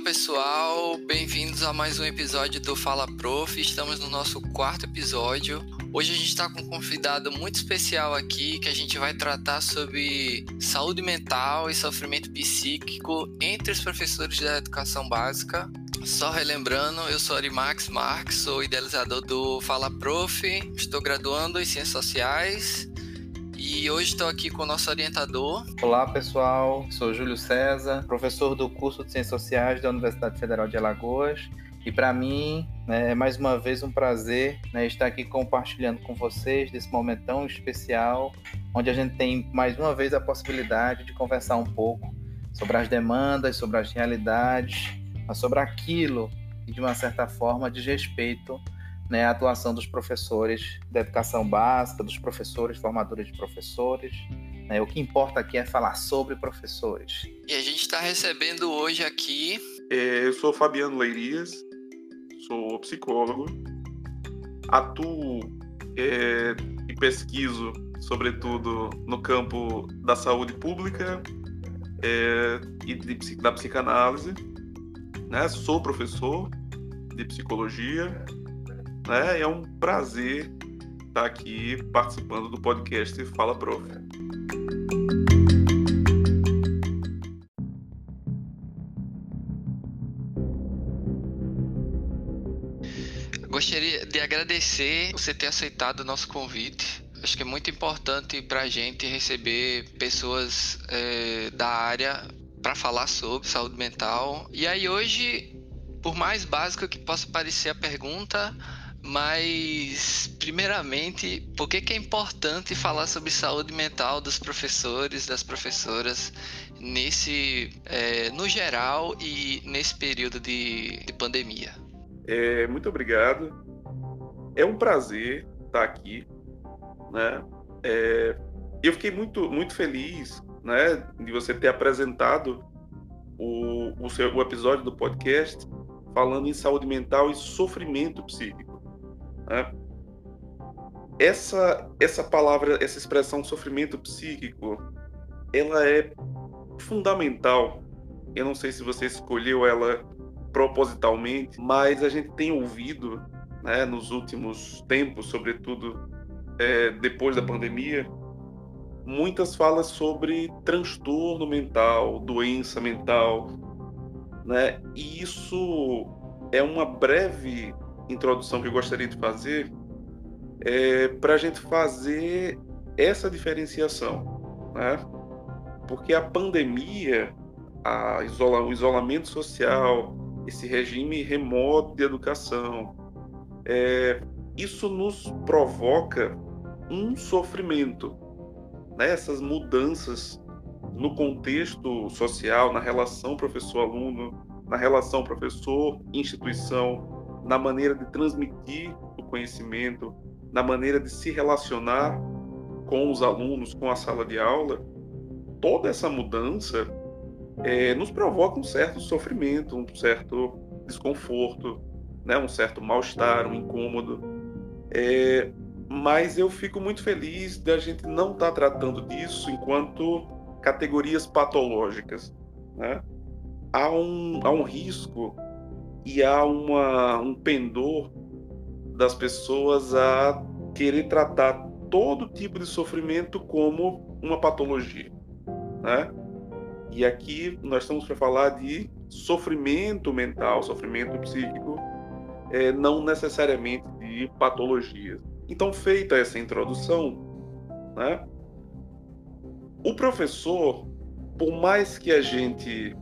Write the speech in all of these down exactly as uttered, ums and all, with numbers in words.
pessoal, bem-vindos a mais um episódio do Fala Prof. Estamos no nosso quarto episódio. Hoje a gente está com um convidado muito especial aqui, que a gente vai tratar sobre saúde mental e sofrimento psíquico entre os professores da educação básica. Só relembrando, eu sou Arimax Marques, sou idealizador do Fala Prof, estou graduando em Ciências Sociais. E hoje estou aqui com o nosso orientador. Olá pessoal, sou Júlio César, professor do curso de Ciências Sociais da Universidade Federal de Alagoas. E para mim, né, é mais uma vez um prazer, né, estar aqui compartilhando com vocês desse momento tão especial, onde a gente tem mais uma vez a possibilidade de conversar um pouco sobre as demandas, sobre as realidades, sobre aquilo que de uma certa forma diz respeito, né, a atuação dos professores da educação básica, dos professores, formadores de professores. Né, o que importa aqui é falar sobre professores. E a gente está recebendo hoje aqui... É, eu sou Fabiano Leirias, sou psicólogo, atuo é, e pesquiso, sobretudo, no campo da saúde pública é, e de, da psicanálise. Né, sou professor de psicologia. É, é um prazer estar aqui participando do podcast Fala Prof. Gostaria de agradecer você ter aceitado o nosso convite. Acho que é muito importante para a gente receber pessoas é, da área para falar sobre saúde mental. E aí hoje, por mais básico que possa parecer a pergunta... Mas, primeiramente, por que, que é importante falar sobre saúde mental dos professores, das professoras, nesse, é, no geral e nesse período de, de pandemia? É, muito obrigado. É um prazer estar aqui, né? É, eu fiquei muito, muito feliz, né, de você ter apresentado o, o, seu, o episódio do podcast falando em saúde mental e sofrimento psíquico. Né? Essa, essa palavra, essa expressão sofrimento psíquico, ela é fundamental. Eu não sei se você escolheu ela propositalmente, mas a gente tem ouvido, né, nos últimos tempos, sobretudo é, depois da pandemia, muitas falas sobre transtorno mental, doença mental, né? E isso é uma breve introdução que eu gostaria de fazer é, para a gente fazer essa diferenciação, né? Porque a pandemia, a isola, o isolamento social, esse regime remoto de educação, é, isso nos provoca um sofrimento, né? Essas mudanças no contexto social, na relação professor-aluno, na relação professor-instituição, na maneira de transmitir o conhecimento, na maneira de se relacionar com os alunos, com a sala de aula. Toda essa mudança é, nos provoca um certo sofrimento, um certo desconforto, né? Um certo mal-estar, um incômodo. É, mas eu fico muito feliz de a gente não estar tratando disso enquanto categorias patológicas. Né? Há um, há um risco e há uma, um pendor das pessoas a querer tratar todo tipo de sofrimento como uma patologia, né? E aqui nós estamos para falar de sofrimento mental, sofrimento psíquico, é, não necessariamente de patologias. Então, feita essa introdução, né, o professor, por mais que a gente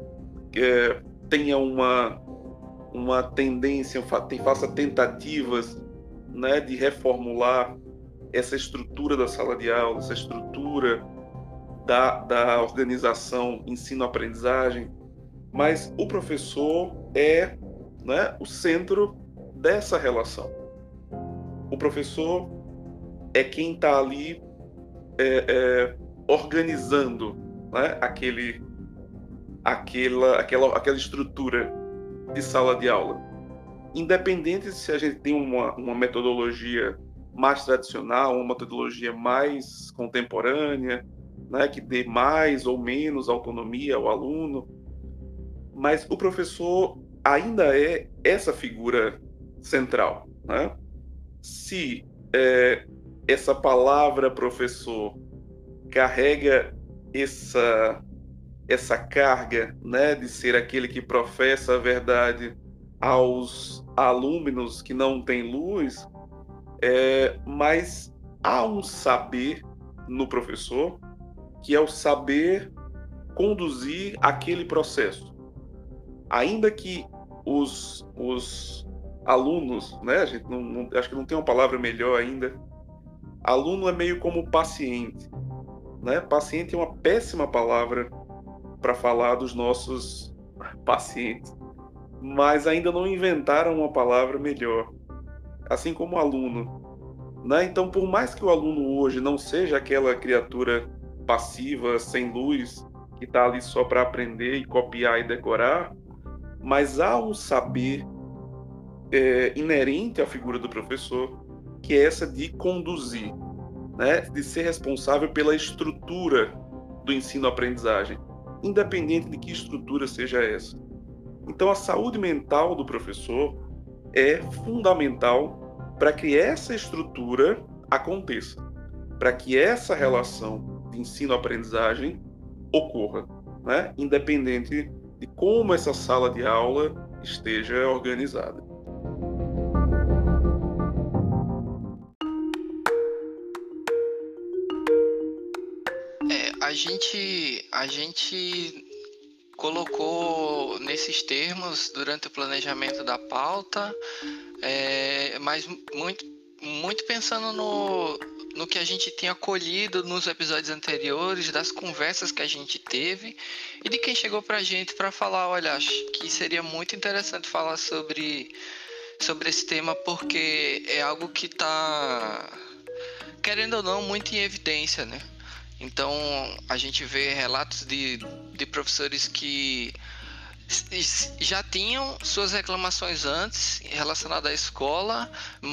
é, tenha uma uma tendência, faça tentativas, né, de reformular essa estrutura da sala de aula, essa estrutura da, da organização ensino-aprendizagem, mas o professor é, né, o centro dessa relação. O professor é quem está ali é, é, organizando, né, aquele, aquela, aquela, aquela estrutura de sala de aula. Independente se a gente tem uma, uma metodologia mais tradicional, uma metodologia mais contemporânea, né, que dê mais ou menos autonomia ao aluno, mas o professor ainda é essa figura central, né? Se é, essa palavra professor carrega essa, essa carga, né, de ser aquele que professa a verdade aos alumnos que não têm luz, é, mas há um saber no professor que é o saber conduzir aquele processo. Ainda que os, os alunos, né, a gente não, não, acho que não tem uma palavra melhor ainda, aluno é meio como paciente, né? Paciente é uma péssima palavra para falar dos nossos pacientes, mas ainda não inventaram uma palavra melhor, assim como aluno, né? Então, por mais que o aluno hoje não seja aquela criatura passiva, sem luz, que está ali só para aprender e copiar e decorar, mas há um saber é, inerente à figura do professor, que é essa de conduzir, né? De ser responsável pela estrutura do ensino-aprendizagem, independente de que estrutura seja essa. Então, a saúde mental do professor é fundamental para que essa estrutura aconteça, para que essa relação de ensino-aprendizagem ocorra, né? Independente de como essa sala de aula esteja organizada. É, a gente, a gente colocou nesses termos durante o planejamento da pauta, é, mas muito, muito pensando no, no que a gente tinha colhido nos episódios anteriores, das conversas que a gente teve e de quem chegou pra gente para falar, olha, acho que seria muito interessante falar sobre, sobre esse tema, porque é algo que está, querendo ou não, muito em evidência, né? Então, a gente vê relatos de, de professores que já tinham suas reclamações antes relacionadas à escola,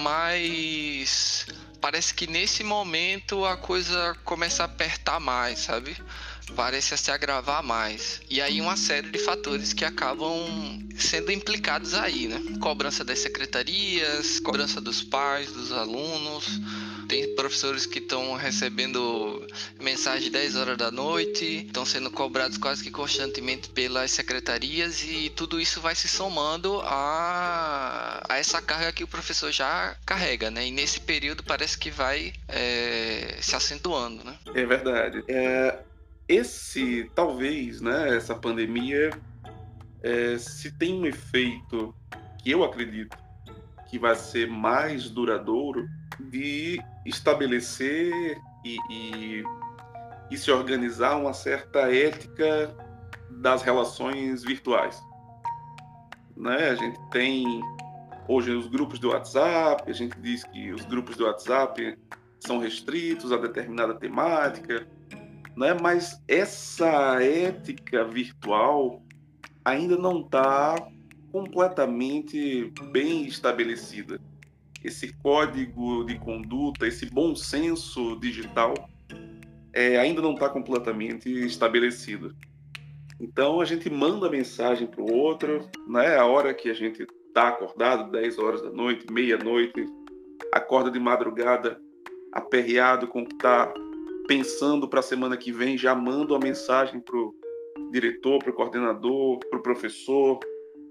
mas parece que nesse momento a coisa começa a apertar mais, sabe? Parece se agravar mais. E aí uma série de fatores que acabam sendo implicados aí, né? Cobrança das secretarias, cobrança dos pais, dos alunos. Tem professores que estão recebendo mensagem dez horas da noite, estão sendo cobrados quase que constantemente pelas secretarias, e tudo isso vai se somando a, a essa carga que o professor já carrega, né? E nesse período parece que vai é, se acentuando, né? É verdade. É, esse, talvez, né, essa pandemia, é, se tem um efeito que eu acredito que vai ser mais duradouro, de estabelecer e, e, e se organizar uma certa ética das relações virtuais, né? A gente tem hoje os grupos do WhatsApp, a gente diz que os grupos do WhatsApp são restritos a determinada temática, né? Mas essa ética virtual ainda não está completamente bem estabelecida. Esse código de conduta, esse bom senso digital é, ainda não está completamente estabelecido. Então a gente manda mensagem para o outro, né? A hora que a gente está acordado, dez horas da noite, meia-noite, acorda de madrugada, aperreado com o que está pensando para a semana que vem, já manda uma mensagem para o diretor, para o coordenador, para o professor.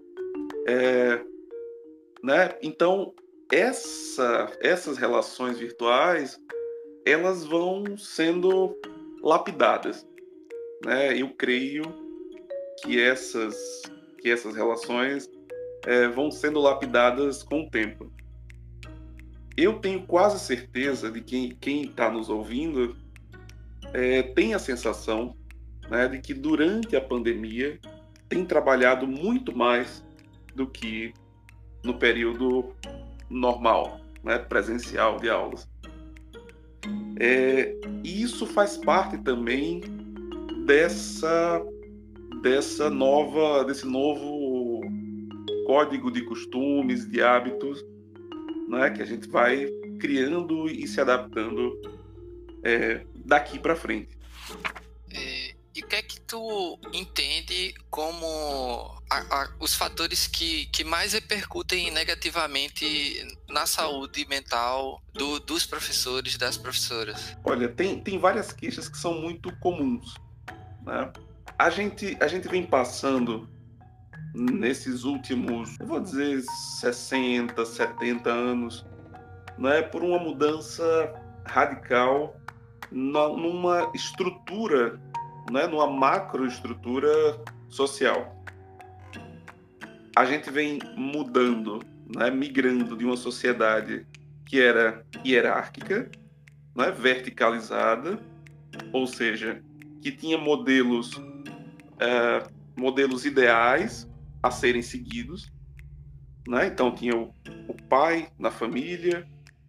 É, né? Então, essa, essas relações virtuais, elas vão sendo lapidadas, né? Eu creio que essas, que essas relações é, vão sendo lapidadas com o tempo. Eu tenho quase certeza de que quem está nos ouvindo é, tem a sensação, né, de que durante a pandemia tem trabalhado muito mais do que no período normal, né, presencial de aulas. É, e isso faz parte também dessa, dessa nova, desse novo código de costumes, de hábitos, né, que a gente vai criando e se adaptando é, daqui para frente. É, e o que é que tu entende como a, a, os fatores que, que mais repercutem negativamente na saúde mental do, dos professores e das professoras? Olha, tem, tem várias queixas que são muito comuns, né? A gente, a gente vem passando nesses últimos, eu vou dizer, sessenta, setenta anos, né, por uma mudança radical numa estrutura, né, numa macroestrutura social. A gente vem mudando, né, migrando de uma sociedade que era hierárquica, né, verticalizada, ou seja, que tinha modelos, uh, modelos ideais a serem seguidos, né? Então tinha o, o pai na família,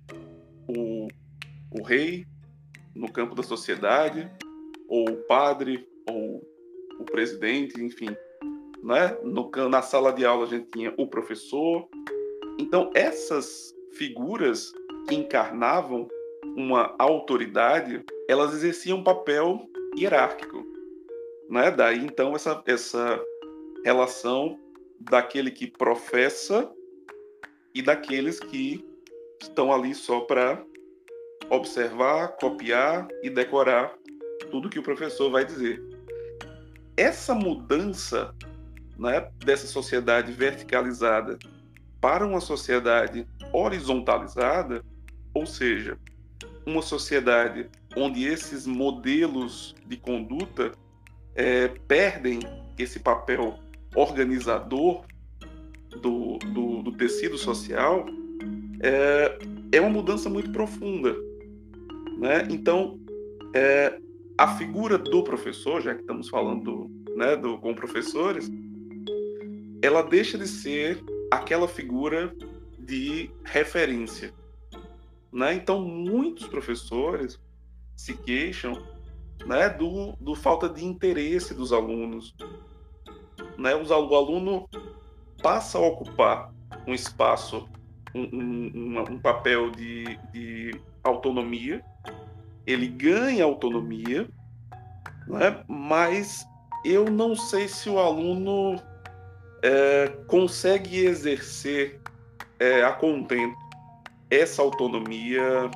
o, o rei no campo da sociedade, ou o padre, ou o presidente, enfim, né? No, na sala de aula a gente tinha o professor. Então essas figuras que encarnavam uma autoridade, elas exerciam um papel hierárquico, né? Daí então essa, essa relação daquele que professa e daqueles que estão ali só para observar, copiar e decorar tudo que o professor vai dizer. Essa mudança, né, dessa sociedade verticalizada para uma sociedade horizontalizada, ou seja, uma sociedade onde esses modelos de conduta é, perdem esse papel organizador do, do, do tecido social, é, é uma mudança muito profunda, né? Então, é, a figura do professor, já que estamos falando, né, do, com professores, ela deixa de ser aquela figura de referência, né? Então, muitos professores se queixam, né, do, do falta de interesse dos alunos, né? O aluno passa a ocupar um espaço, um, um, um papel de, de autonomia, ele ganha autonomia, né? Mas eu não sei se o aluno é, consegue exercer é, a contento essa autonomia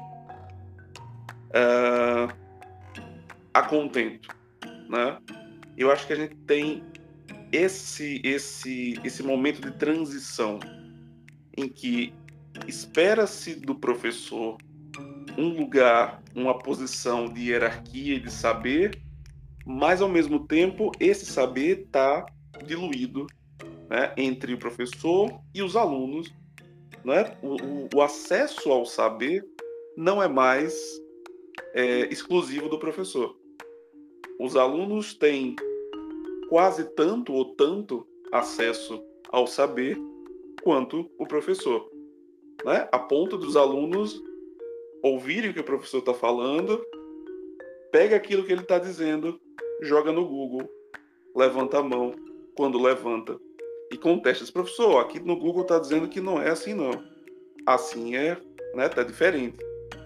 é, a contento, né? Eu acho que a gente tem esse, esse, esse momento de transição em que espera-se do professor um lugar, uma posição de hierarquia e de saber, mas ao mesmo tempo esse saber está diluído, né, entre o professor e os alunos, né? o, o, o acesso ao saber não é mais é, exclusivo do professor. Os alunos têm quase tanto ou tanto acesso ao saber quanto o professor, né? A ponto dos alunos ouvirem o que o professor está falando, pega aquilo que ele está dizendo, joga no Google, levanta a mão quando levanta e contesta. Professor, aqui no Google está dizendo que não é assim não. Assim é, né? Tá diferente.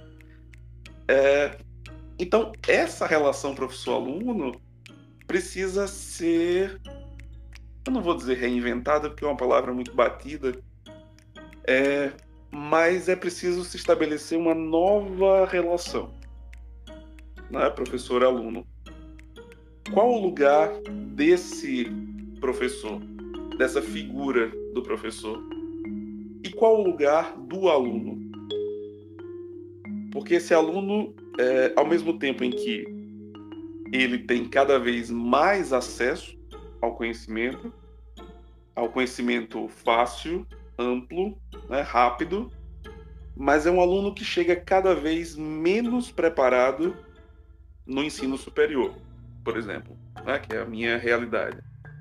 É, então, essa relação professor-aluno precisa ser, eu não vou dizer reinventada, porque é uma palavra muito batida, é, mas é preciso se estabelecer uma nova relação, né, professor-aluno. Qual o lugar desse professor, dessa figura do professor? E qual o lugar do aluno? Porque esse aluno, é, ao mesmo tempo em que ele tem cada vez mais acesso ao conhecimento, ao conhecimento fácil, amplo, né, rápido, mas é um aluno que chega cada vez menos preparado no ensino superior, por exemplo, né, que é a minha realidade.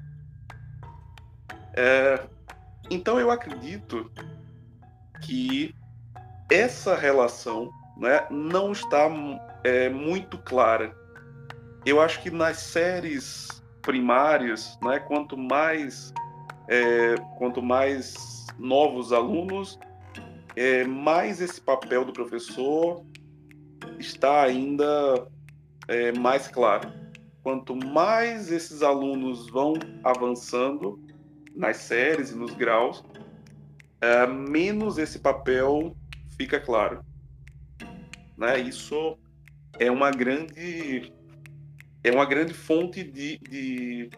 É, então eu acredito que essa relação, né, não está é, muito clara. Eu acho que nas séries primárias, né, quanto mais é, quanto mais novos alunos, é, mais esse papel do professor está ainda é, mais claro. quanto mais esses alunos vão avançando nas séries e nos graus, é, menos esse papel fica claro, né? Isso é uma grande é uma grande fonte de, de,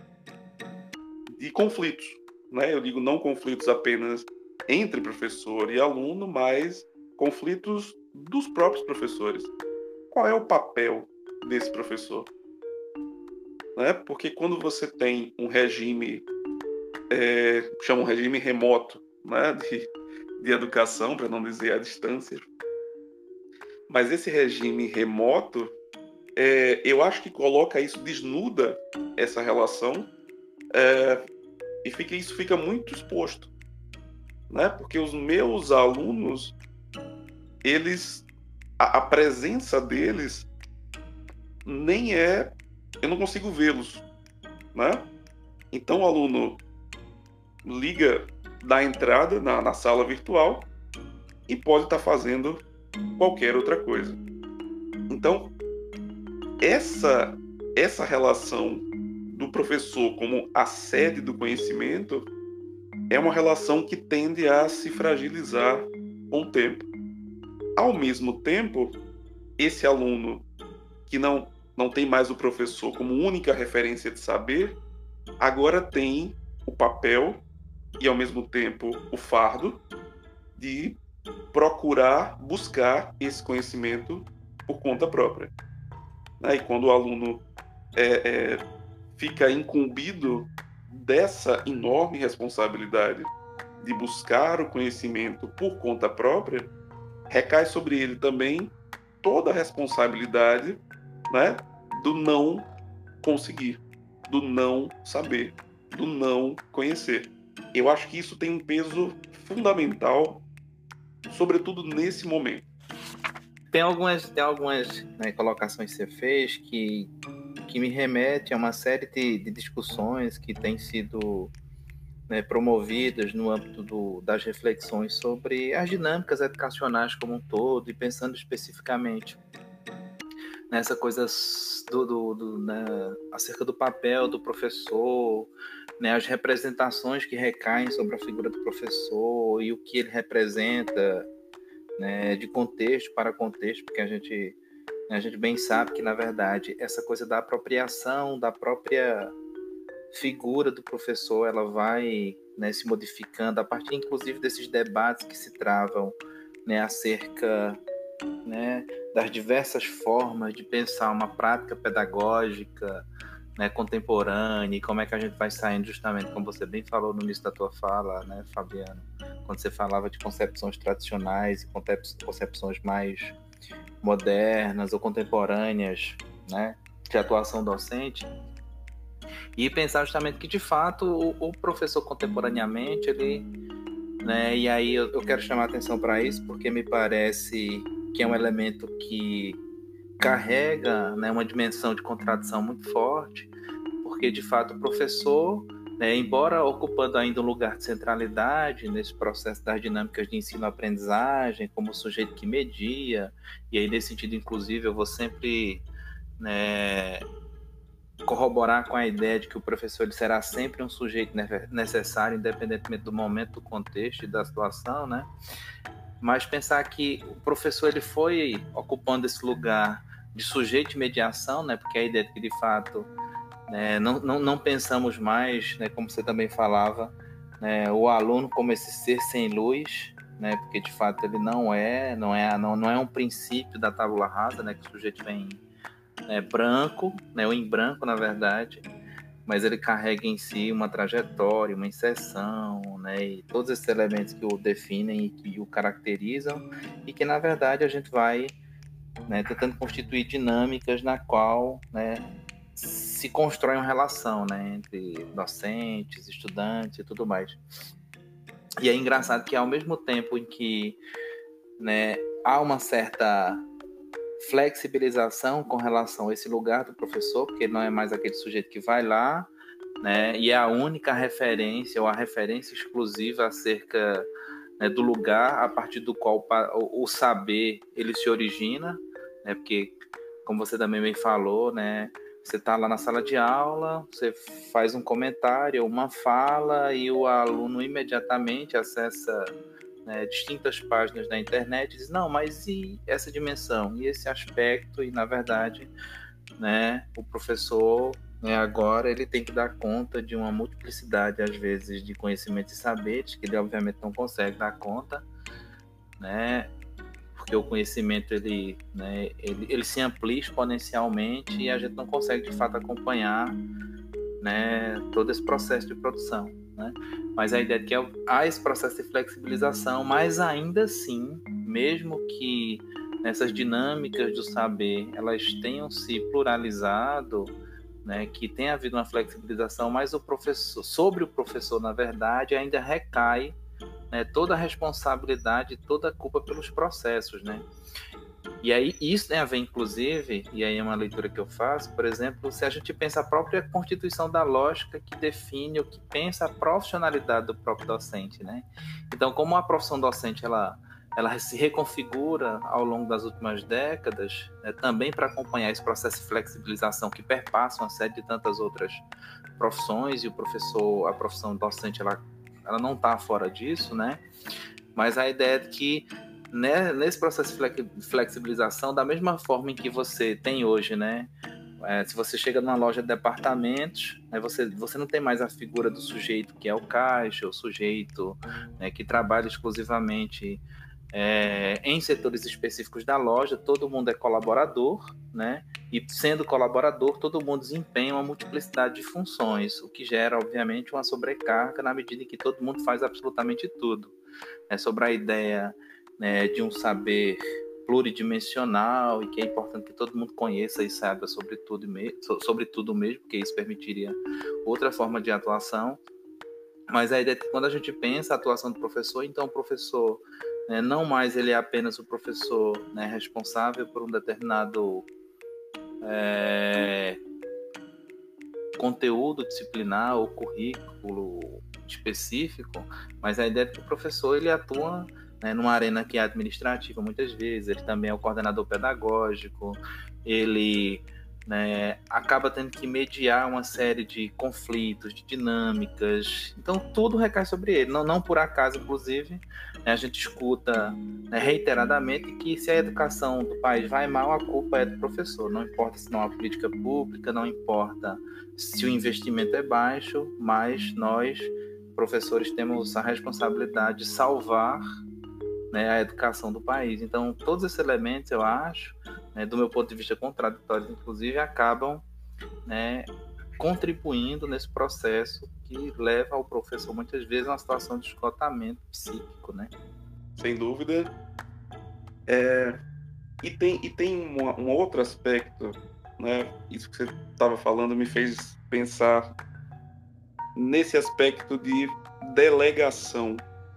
de conflitos, né? Eu digo não conflitos apenas entre professor e aluno, mas conflitos dos próprios professores. Qual é o papel desse professor? Né? Porque quando você tem um regime, é, chama um regime remoto, né? de, de educação, para não dizer à distância, mas esse regime remoto, é, eu acho que coloca isso, desnuda essa relação, é, e fica, isso fica muito exposto, né? Porque os meus alunos, eles, a, a presença deles nem é, eu não consigo vê-los, né? Então o aluno liga da entrada na, na sala virtual e pode estar fazendo qualquer outra coisa. Então essa essa relação do professor como a sede do conhecimento é uma relação que tende a se fragilizar com o tempo. Ao mesmo tempo, esse aluno que não não tem mais o professor como única referência de saber, agora tem o papel e, ao mesmo tempo, o fardo de procurar, buscar esse conhecimento por conta própria. E quando o aluno é, é, fica incumbido dessa enorme responsabilidade de buscar o conhecimento por conta própria, recai sobre ele também toda a responsabilidade, né, do não conseguir, do não saber, do não conhecer. Eu acho que isso tem um peso fundamental, sobretudo nesse momento. Tem algumas, tem algumas né, colocações que você fez que, que me remetem a uma série de, de discussões que têm sido né, promovidas no âmbito do, das reflexões sobre as dinâmicas educacionais como um todo, e pensando especificamente nessa coisa do, do, do, né, acerca do papel do professor, né, as representações que recaem sobre a figura do professor e o que ele representa, né, de contexto para contexto, porque a gente, a gente bem sabe que, na verdade, essa coisa da apropriação da própria figura do professor, ela vai né, se modificando a partir, inclusive, desses debates que se travam né, acerca né, das diversas formas de pensar uma prática pedagógica né, contemporânea, e como é que a gente vai saindo, justamente como você bem falou no início da tua fala, né, Fabiano, quando você falava de concepções tradicionais e concepções mais modernas ou contemporâneas, né, de atuação docente, e pensar justamente que, de fato, o, o professor contemporaneamente, ele, né, e aí eu, eu quero chamar a atenção para isso, porque me parece que é um elemento que carrega né, uma dimensão de contradição muito forte, porque, de fato, o professor, né, embora ocupando ainda um lugar de centralidade nesse processo das dinâmicas de ensino-aprendizagem, como sujeito que media, e aí, nesse sentido, inclusive, eu vou sempre né, corroborar com a ideia de que o professor ele será sempre um sujeito necessário, independentemente do momento, do contexto e da situação, né? Mas pensar que o professor ele foi ocupando esse lugar de sujeito de mediação, né? Porque a ideia de que, de fato, né, não, não, não pensamos mais, né, como você também falava, né, o aluno como esse ser sem luz, né? Porque, de fato, ele não é, não é, não, não é um princípio da tábula rasa, né? Que o sujeito vem né, branco, né, ou em branco, na verdade, mas ele carrega em si uma trajetória, uma inserção, né, e todos esses elementos que o definem e que o caracterizam, e que, na verdade, a gente vai né, tentando constituir dinâmicas na qual né, se constrói uma relação né, entre docentes, estudantes e tudo mais. E é engraçado que, ao mesmo tempo em que né, há uma certa flexibilização com relação a esse lugar do professor, porque não é mais aquele sujeito que vai lá, né, e é a única referência ou a referência exclusiva acerca né, do lugar a partir do qual o, o saber ele se origina, né, porque como você também bem falou, né, Você está lá na sala de aula, você faz um comentário, uma fala, e o aluno imediatamente acessa, né, distintas páginas da internet e diz, não, mas e essa dimensão, e esse aspecto? E, na verdade, né, o professor, né, agora ele tem que dar conta de uma multiplicidade, às vezes, de conhecimentos e saberes, que ele, obviamente, não consegue dar conta, né? Porque o conhecimento ele, né, ele, ele se amplia exponencialmente e a gente não consegue de fato acompanhar, né, todo esse processo de produção, né? Mas a ideia é que há esse processo de flexibilização, mas ainda assim, mesmo que nessas dinâmicas do saber elas tenham se pluralizado, né, que tenha havido uma flexibilização, mas o professor, sobre o professor, na verdade, ainda recai, né, toda a responsabilidade, toda a culpa pelos processos, né? E aí isso tem a ver, inclusive, e aí é uma leitura que eu faço, por exemplo, se a gente pensa a própria constituição da lógica que define o que pensa a profissionalidade do próprio docente, né? Então, como a profissão docente, ela, ela se reconfigura ao longo das últimas décadas, né, também para acompanhar esse processo de flexibilização que perpassa uma série de tantas outras profissões, e o professor, a profissão docente, ela ela não está fora disso, né? Mas a ideia é que, né, nesse processo de flexibilização, da mesma forma em que você tem hoje, né? É, se você chega numa loja de departamentos, né, você, você não tem mais a figura do sujeito que é o caixa, o sujeito, né, que trabalha exclusivamente é, em setores específicos da loja. Todo mundo é colaborador, né? E sendo colaborador, todo mundo desempenha uma multiplicidade de funções, o que gera, obviamente, uma sobrecarga na medida em que todo mundo faz absolutamente tudo. É sobre a ideia, né, de um saber pluridimensional e que é importante que todo mundo conheça e saiba sobre tudo, sobre tudo mesmo, porque isso permitiria outra forma de atuação. Mas a ideia é que quando a gente pensa a atuação do professor, então o professor, né, não mais ele é apenas o professor, né, responsável por um determinado É, conteúdo disciplinar ou currículo específico, mas a ideia é que o professor ele atua, né, numa arena que é administrativa muitas vezes, ele também é o coordenador pedagógico, ele, né, acaba tendo que mediar uma série de conflitos, de dinâmicas, então tudo recai sobre ele, não, não por acaso, inclusive, né, a gente escuta, né, reiteradamente que se a educação do país vai mal, a culpa é do professor, não importa se não há política pública, não importa se o investimento é baixo, mas nós, professores, temos a responsabilidade de salvar, né, a educação do país. Então, todos esses elementos, eu acho, né, do meu ponto de vista contraditórios, inclusive, acabam, né, contribuindo nesse processo que leva ao professor, muitas vezes, a uma situação de esgotamento psíquico, né? Sem dúvida. É... E tem, e tem um, um outro aspecto, né? Isso que você estava falando me fez pensar nesse aspecto de delegação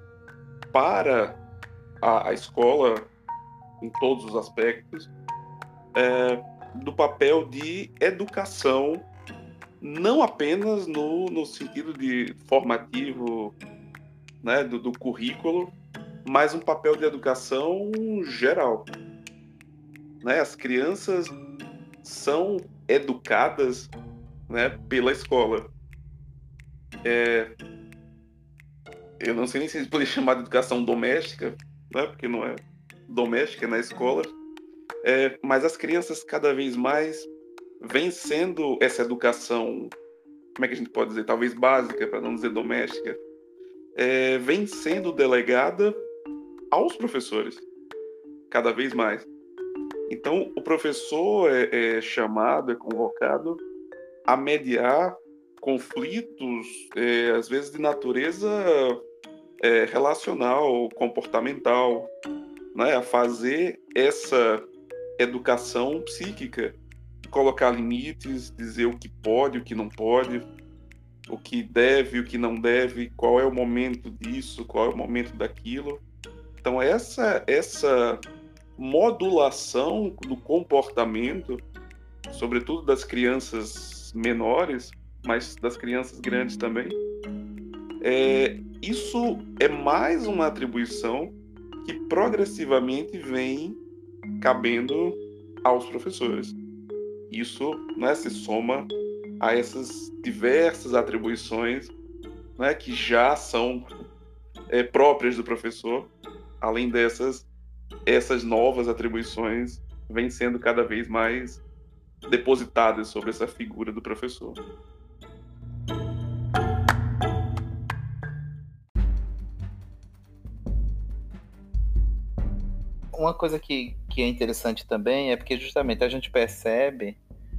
para a, a escola, em todos os aspectos, é, do papel de educação, não apenas no, no sentido de formativo, né, do, do currículo, mas um papel de educação geral. Né? As crianças são educadas, né, pela escola. É, eu não sei nem se a gente poderia chamar de educação doméstica, né, porque não é doméstica, é na escola. É, mas as crianças cada vez mais vêm sendo essa educação, como é que a gente pode dizer, talvez básica, para não dizer doméstica, é, vem sendo delegada aos professores, cada vez mais. Então, o professor é, é chamado, é convocado a mediar conflitos, é, às vezes de natureza é, relacional, comportamental, né? A fazer essa educação psíquica, colocar limites, dizer o que pode, o que não pode, o que deve, o que não deve, qual é o momento disso, qual é o momento daquilo. Então, essa, essa modulação do comportamento, sobretudo das crianças menores, mas das crianças grandes também, é, isso é mais uma atribuição que progressivamente vem cabendo aos professores. Isso, né, se soma a essas diversas atribuições, né, que já são é, próprias do professor. Além dessas, essas novas atribuições vêm sendo cada vez mais depositadas sobre essa figura do professor. Uma coisa que, que é interessante também é porque justamente a gente percebe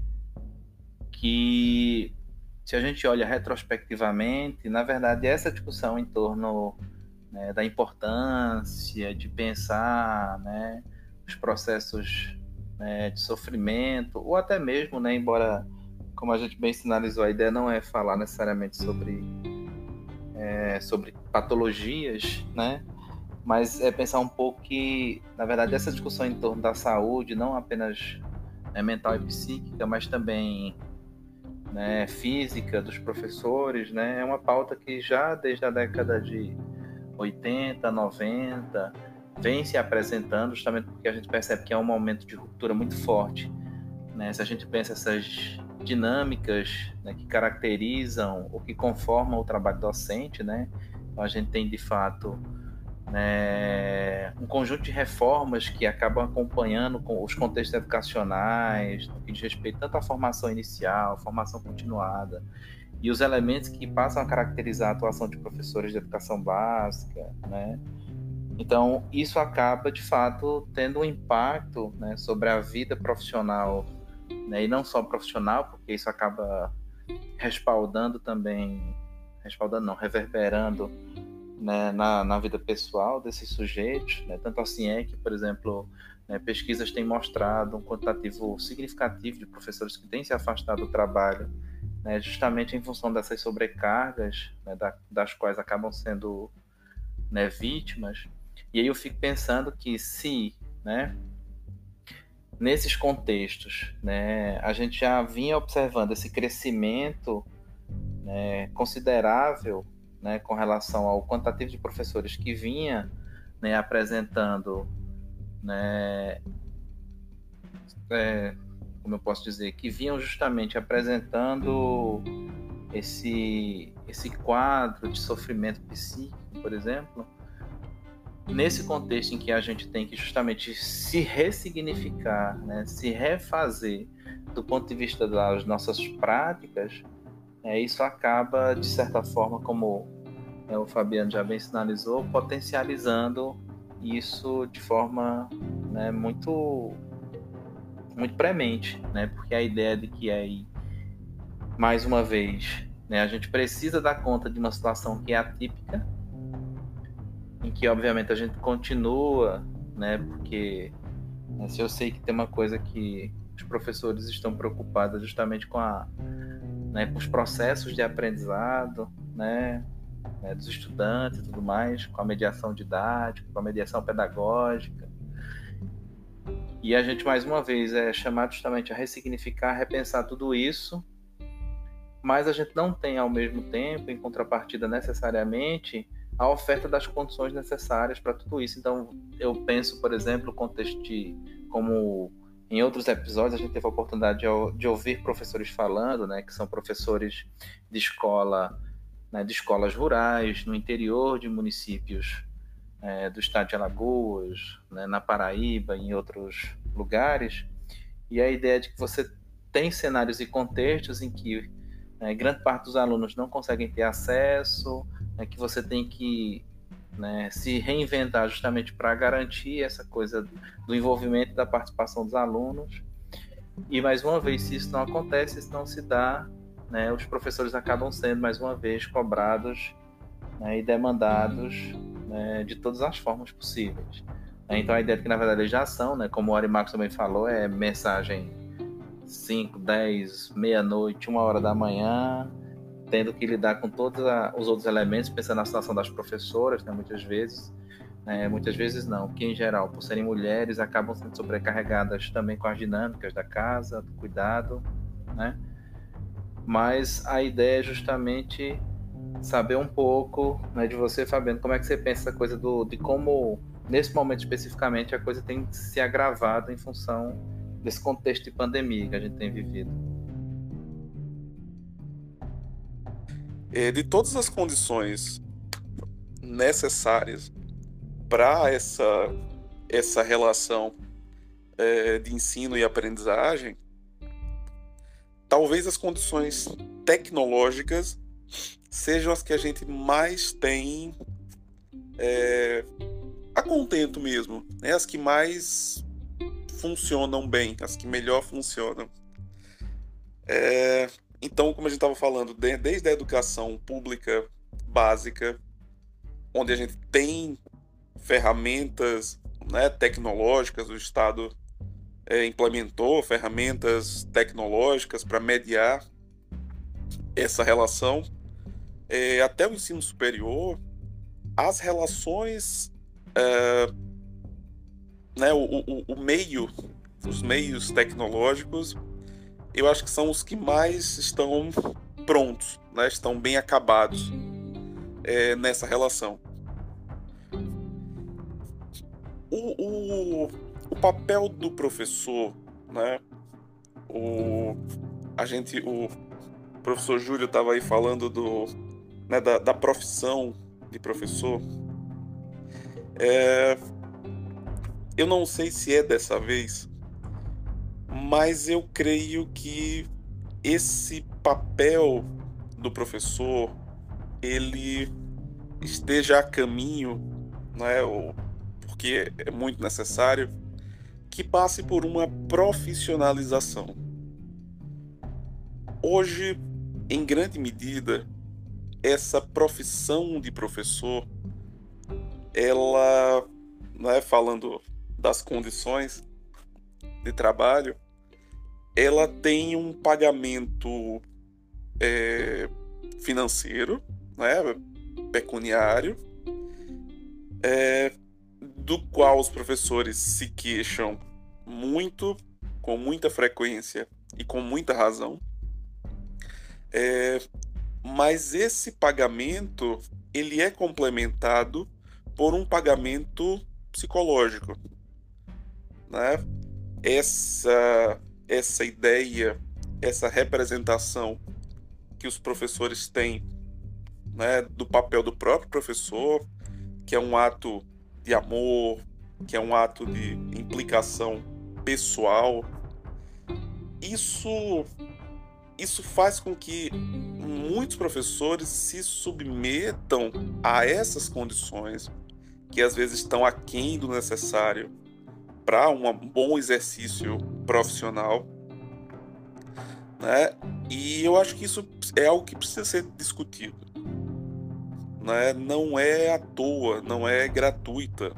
que, se a gente olha retrospectivamente, na verdade essa discussão em torno, né, da importância de pensar, né, os processos, né, de sofrimento, ou até mesmo, né, embora, como a gente bem sinalizou, a ideia não é falar necessariamente sobre, é, sobre patologias, né, mas é pensar um pouco que, na verdade, essa discussão em torno da saúde, não apenas, né, mental e psíquica, mas também, né, física dos professores, né, é uma pauta que já desde a década de oitenta, noventa, vem se apresentando, justamente porque a gente percebe que é um momento de ruptura muito forte, né? Se a gente pensa essas dinâmicas, né, que caracterizam ou que conformam o trabalho docente, né? Então a gente tem, de fato, né, um conjunto de reformas que acabam acompanhando com os contextos educacionais, no que diz respeito tanto à formação inicial, formação continuada, e os elementos que passam a caracterizar a atuação de professores de educação básica, né? Então, isso acaba, de fato, tendo um impacto, né, sobre a vida profissional, né, e não só profissional, porque isso acaba respaldando também, respaldando não, reverberando, né, na, na vida pessoal desses sujeitos, né? Tanto assim é que, por exemplo, né, pesquisas têm mostrado um quantitativo significativo de professores que têm se afastado do trabalho, né, justamente em função dessas sobrecargas, né, da, das quais acabam sendo, né, vítimas. E aí eu fico pensando que se, né, nesses contextos, né, a gente já vinha observando esse crescimento, né, considerável, né, com relação ao quantitativo de professores que vinha, né, apresentando, né, é, como eu posso dizer, que vinham justamente apresentando esse, esse quadro de sofrimento psíquico, por exemplo, nesse contexto em que a gente tem que justamente se ressignificar, né, se refazer do ponto de vista das nossas práticas, é, isso acaba, de certa forma, como é, o Fabiano já bem sinalizou, potencializando isso de forma, né, muito, muito premente, né, porque a ideia de que aí, mais uma vez, né, a gente precisa dar conta de uma situação que é atípica, em que, obviamente, a gente continua, né, porque, né, se eu sei que tem uma coisa que os professores estão preocupados justamente com, a, né, com os processos de aprendizado, né, né, dos estudantes e tudo mais, com a mediação didática, com a mediação pedagógica. E a gente, mais uma vez, é chamado justamente a ressignificar, repensar tudo isso, mas a gente não tem, ao mesmo tempo, em contrapartida necessariamente, a oferta das condições necessárias para tudo isso. Então, eu penso, por exemplo, o contexto de, como em outros episódios a gente teve a oportunidade de, de ouvir professores falando, né, que são professores de escola, né, de escolas rurais, no interior de municípios é, do estado de Alagoas, né, na Paraíba, em outros lugares, e a ideia de que você tem cenários e contextos em que né, grande parte dos alunos não conseguem ter acesso, né, que você tem que, né, se reinventar justamente para garantir essa coisa do envolvimento e da participação dos alunos. E, mais uma vez, se isso não acontece, se não se dá, né, os professores acabam sendo, mais uma vez, cobrados, né, e demandados, né, de todas as formas possíveis. Então, a ideia de que, na verdade, eles já são, né, como o Arimarcos também falou, é mensagem cinco, dez, meia-noite, uma hora da manhã, tendo que lidar com todos os outros elementos, pensando na situação das professoras, né, muitas vezes, né, muitas vezes não, que em geral, por serem mulheres, acabam sendo sobrecarregadas também com as dinâmicas da casa, do cuidado, né? Mas a ideia é justamente saber um pouco, né, de você, Fabiano, como é que você pensa essa coisa do, de como, nesse momento especificamente, a coisa tem se agravado em função desse contexto de pandemia que a gente tem vivido? É, de todas as condições necessárias para essa, essa relação é, de ensino e aprendizagem, talvez as condições tecnológicas sejam as que a gente mais tem é, a contento mesmo, né? As que mais funcionam bem, as que melhor funcionam. É, então, como a gente estava falando, de, desde a educação pública básica, onde a gente tem ferramentas, né, tecnológicas, o Estado é, implementou ferramentas tecnológicas para mediar essa relação, é, até o ensino superior, as relações, é, né, o, o, o meio, os meios tecnológicos, eu acho que são os que mais estão prontos, né, estão bem acabados é, nessa relação. O, o, o papel do professor, né, o, a gente, o professor Júlio estava aí falando do, né, da, da profissão de professor. É, eu não sei se é dessa vez, mas eu creio que esse papel do professor ele esteja a caminho, né, ou, porque é muito necessário que passe por uma profissionalização. Hoje, em grande medida, essa profissão de professor, ela, né, falando das condições de trabalho, ela tem um pagamento é, financeiro, né, pecuniário, é, do qual os professores se queixam muito, com muita frequência e com muita razão. É, mas esse pagamento ele é complementado por um pagamento psicológico, né? Essa, essa ideia, essa representação que os professores têm, né, do papel do próprio professor, que é um ato de amor, que é um ato de implicação pessoal, isso, isso faz com que muitos professores se submetam a essas condições, que às vezes estão aquém do necessário para um bom exercício profissional, né? E eu acho que isso é algo que precisa ser discutido, né? Não é à toa, não é gratuita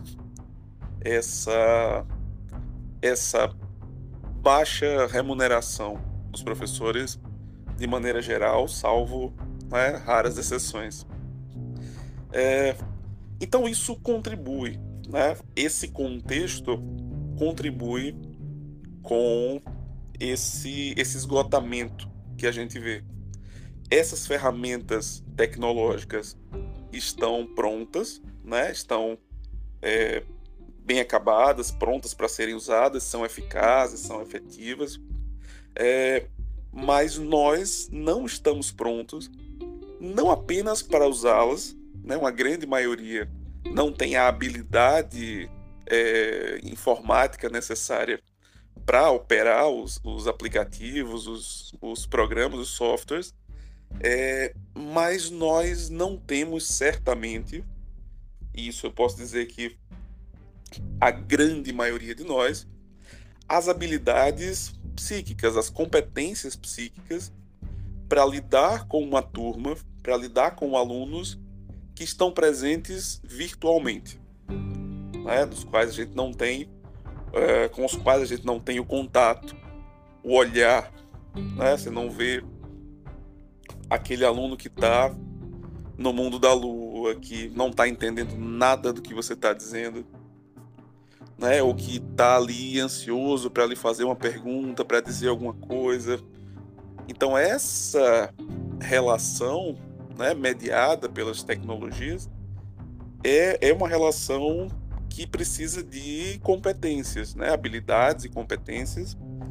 essa, essa baixa remuneração dos professores de maneira geral, salvo, né, raras exceções. É, então isso contribui, né? Esse contexto contribui com esse, esse esgotamento que a gente vê. Essas ferramentas tecnológicas estão prontas, né? Estão é, bem acabadas, prontas para serem usadas, são eficazes, são efetivas, é, mas nós não estamos prontos, não apenas para usá-las, né? Uma grande maioria não tem a habilidade é, informática necessária para operar os, os aplicativos, os, os programas, os softwares, é, mas nós não temos certamente, isso eu posso dizer que a grande maioria de nós, as habilidades psíquicas, as competências psíquicas para lidar com uma turma, para lidar com alunos que estão presentes virtualmente, né, dos quais a gente não tem, é, com os quais a gente não tem o contato, o olhar, né, você não vê aquele aluno que está no mundo da lua, que não está entendendo nada do que você está dizendo, né, ou que está ali ansioso para lhe fazer uma pergunta, para dizer alguma coisa. Então essa relação, né, mediada pelas tecnologias é, é uma relação que precisa de competências, né, habilidades e competências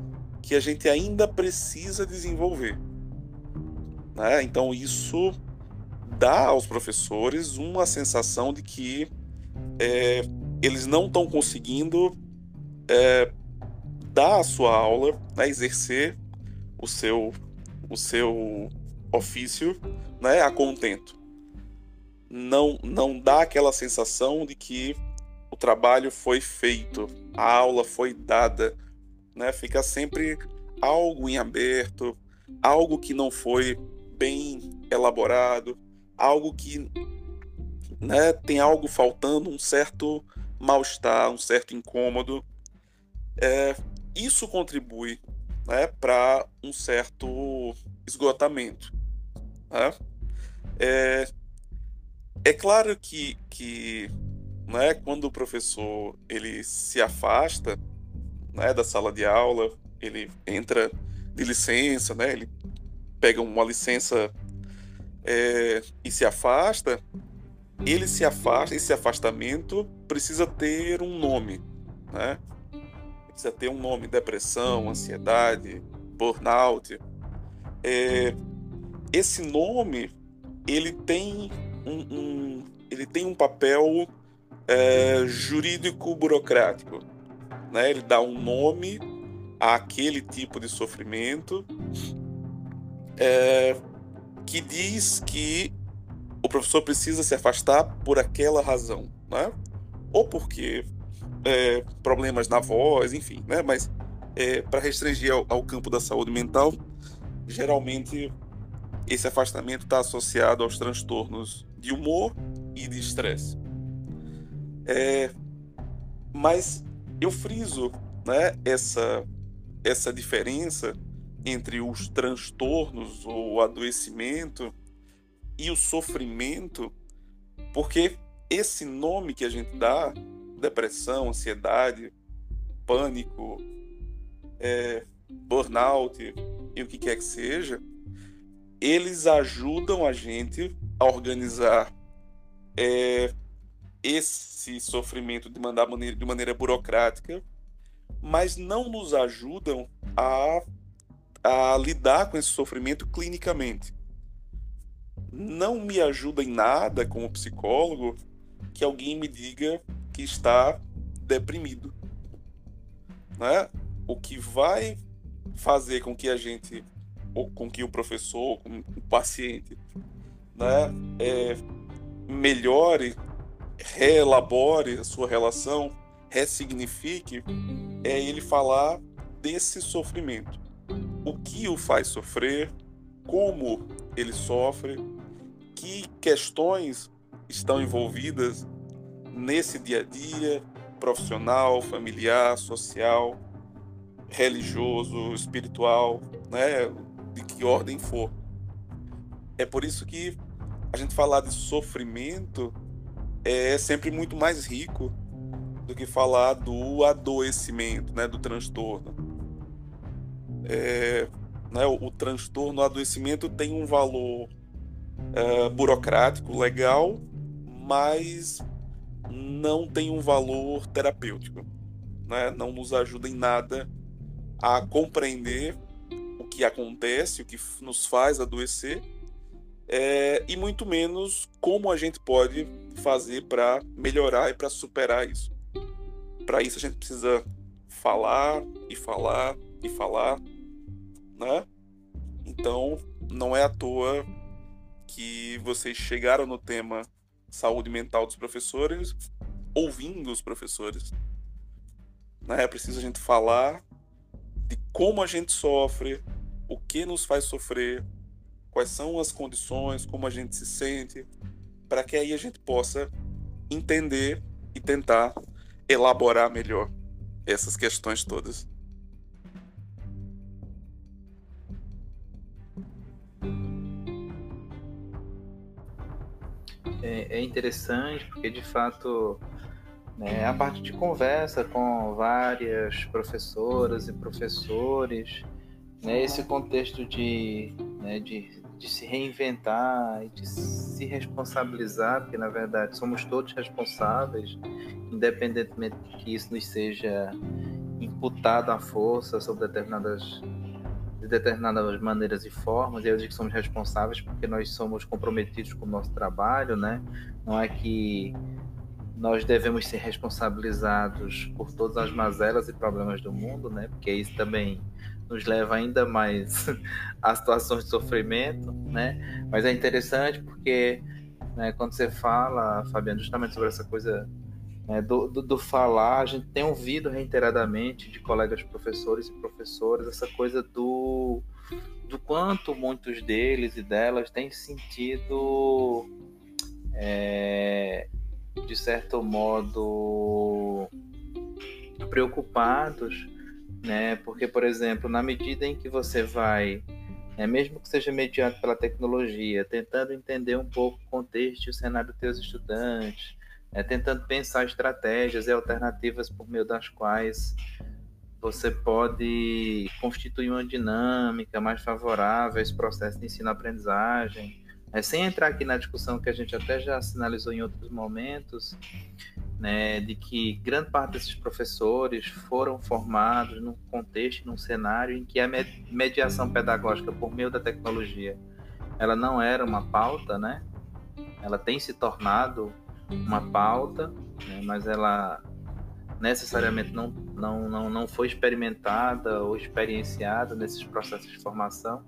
que a gente ainda precisa desenvolver, né? Então isso dá aos professores uma sensação de que é, eles não estão conseguindo é, dar a sua aula, né, exercer o seu, o seu ofício, né, a contento. Não, não dá aquela sensação de que o trabalho foi feito, a aula foi dada, né? Fica sempre algo em aberto, algo que não foi bem elaborado, algo que, né, tem algo faltando, um certo mal-estar, um certo incômodo. É, isso contribui, né, para um certo esgotamento, né? É, é claro que, que né, quando o professor ele se afasta, né, da sala de aula, ele entra de licença, né, ele pega uma licença é, e se afasta, ele se afasta, esse afastamento precisa ter um nome, né? Precisa ter um nome: depressão, ansiedade, burnout. É, esse nome ele tem um, um, ele tem um papel é, jurídico burocrático, né? Ele dá um nome àquele tipo de sofrimento, é, que diz que o professor precisa se afastar por aquela razão, né? Ou porque é, problemas na voz, enfim, né? Mas é, para restringir ao, ao campo da saúde mental, geralmente esse afastamento está associado aos transtornos de humor e de estresse. É, mas eu friso, né, essa, essa diferença entre os transtornos ou o adoecimento e o sofrimento, porque esse nome que a gente dá, depressão, ansiedade, pânico, é, burnout e o que quer que seja, eles ajudam a gente a organizar é, esse sofrimento de, mandar maneira, de maneira burocrática, mas não nos ajudam a, a lidar com esse sofrimento clinicamente. Não me ajuda em nada, como psicólogo, que alguém me diga que está deprimido, né? O que vai fazer com que a gente, ou com que o professor, com o paciente, né, é, melhore, reelabore a sua relação, ressignifique, é ele falar desse sofrimento. O que o faz sofrer, como ele sofre, que questões estão envolvidas nesse dia a dia, profissional, familiar, social, religioso, espiritual, né, de que ordem for. É por isso que a gente falar de sofrimento é sempre muito mais rico do que falar do adoecimento, né, do transtorno. É, né, o, o transtorno, o adoecimento tem um valor é, burocrático, legal, mas não tem um valor terapêutico, né? Não nos ajuda em nada a compreender o que acontece, o que nos faz adoecer, é, e muito menos como a gente pode fazer para melhorar e para superar isso. Para isso a gente precisa falar e falar e falar, né? Então não é à toa que vocês chegaram no tema saúde mental dos professores ouvindo os professores, né? É preciso a gente falar de como a gente sofre, o que nos faz sofrer, quais são as condições, como a gente se sente, para que aí a gente possa entender e tentar elaborar melhor essas questões todas. É, é interessante porque, de fato, né, a partir de conversa com várias professoras e professores, né, esse contexto de, né, de, de se reinventar e de se responsabilizar, porque, na verdade, somos todos responsáveis, independentemente de que isso nos seja imputado à força sobre determinadas, de determinadas maneiras e formas, e eu digo que somos responsáveis porque nós somos comprometidos com o nosso trabalho, né? Não é que nós devemos ser responsabilizados por todas as mazelas e problemas do mundo, né? Porque isso também nos leva ainda mais a situações de sofrimento, né? Mas é interessante porque, né, quando você fala, Fabiano, justamente sobre essa coisa, né, do, do, do falar, a gente tem ouvido reiteradamente de colegas professores e professoras essa coisa do, do quanto muitos deles e delas têm sentido, é, de certo modo, preocupados, né? Porque, por exemplo, na medida em que você vai, é, mesmo que seja mediado pela tecnologia, tentando entender um pouco o contexto e o cenário dos teus estudantes, é, tentando pensar estratégias e alternativas por meio das quais você pode constituir uma dinâmica mais favorável a esse processo de ensino-aprendizagem, é, sem entrar aqui na discussão que a gente até já sinalizou em outros momentos, né, de que grande parte desses professores foram formados num contexto, num cenário em que a mediação pedagógica por meio da tecnologia, ela não era uma pauta, né? Ela tem se tornado uma pauta, né, mas ela necessariamente não, não, não, não foi experimentada ou experienciada nesses processos de formação.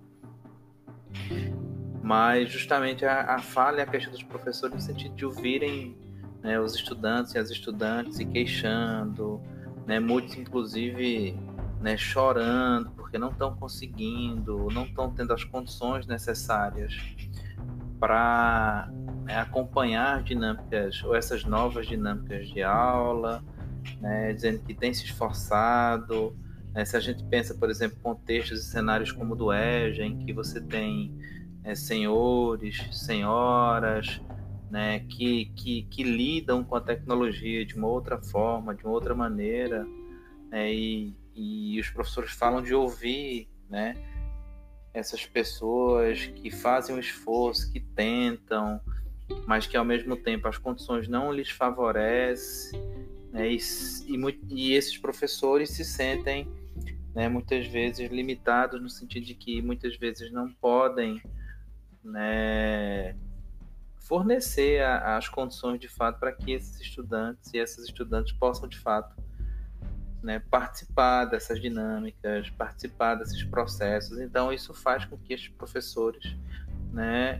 Mas justamente a, a falha é a questão dos professores no sentido de ouvirem, né, os estudantes e as estudantes se queixando, né, muitos inclusive, né, chorando porque não estão conseguindo, não estão tendo as condições necessárias para, né, acompanhar dinâmicas ou essas novas dinâmicas de aula, né, dizendo que tem se esforçado. Né, se a gente pensa, por exemplo, contextos e cenários como o do EJA, em que você tem, é, senhores, senhoras, né, que, que, que lidam com a tecnologia de uma outra forma, de uma outra maneira, né, e, e os professores falam de ouvir, né, essas pessoas que fazem um esforço, que tentam, mas que ao mesmo tempo as condições não lhes favorecem, né, e, e, e esses professores se sentem, né, muitas vezes limitados no sentido de que muitas vezes não podem, né, fornecer a, as condições de fato para que esses estudantes e essas estudantes possam de fato, né, participar dessas dinâmicas, participar desses processos. Então isso faz com que esses professores, né,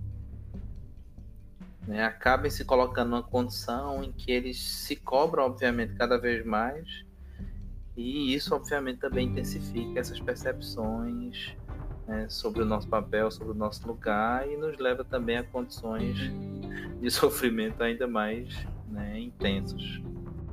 né, acabem se colocando numa condição em que eles se cobram, obviamente, cada vez mais, e isso obviamente também intensifica essas percepções, né, sobre o nosso papel, sobre o nosso lugar, e nos leva também a condições de sofrimento ainda mais, né, intensos.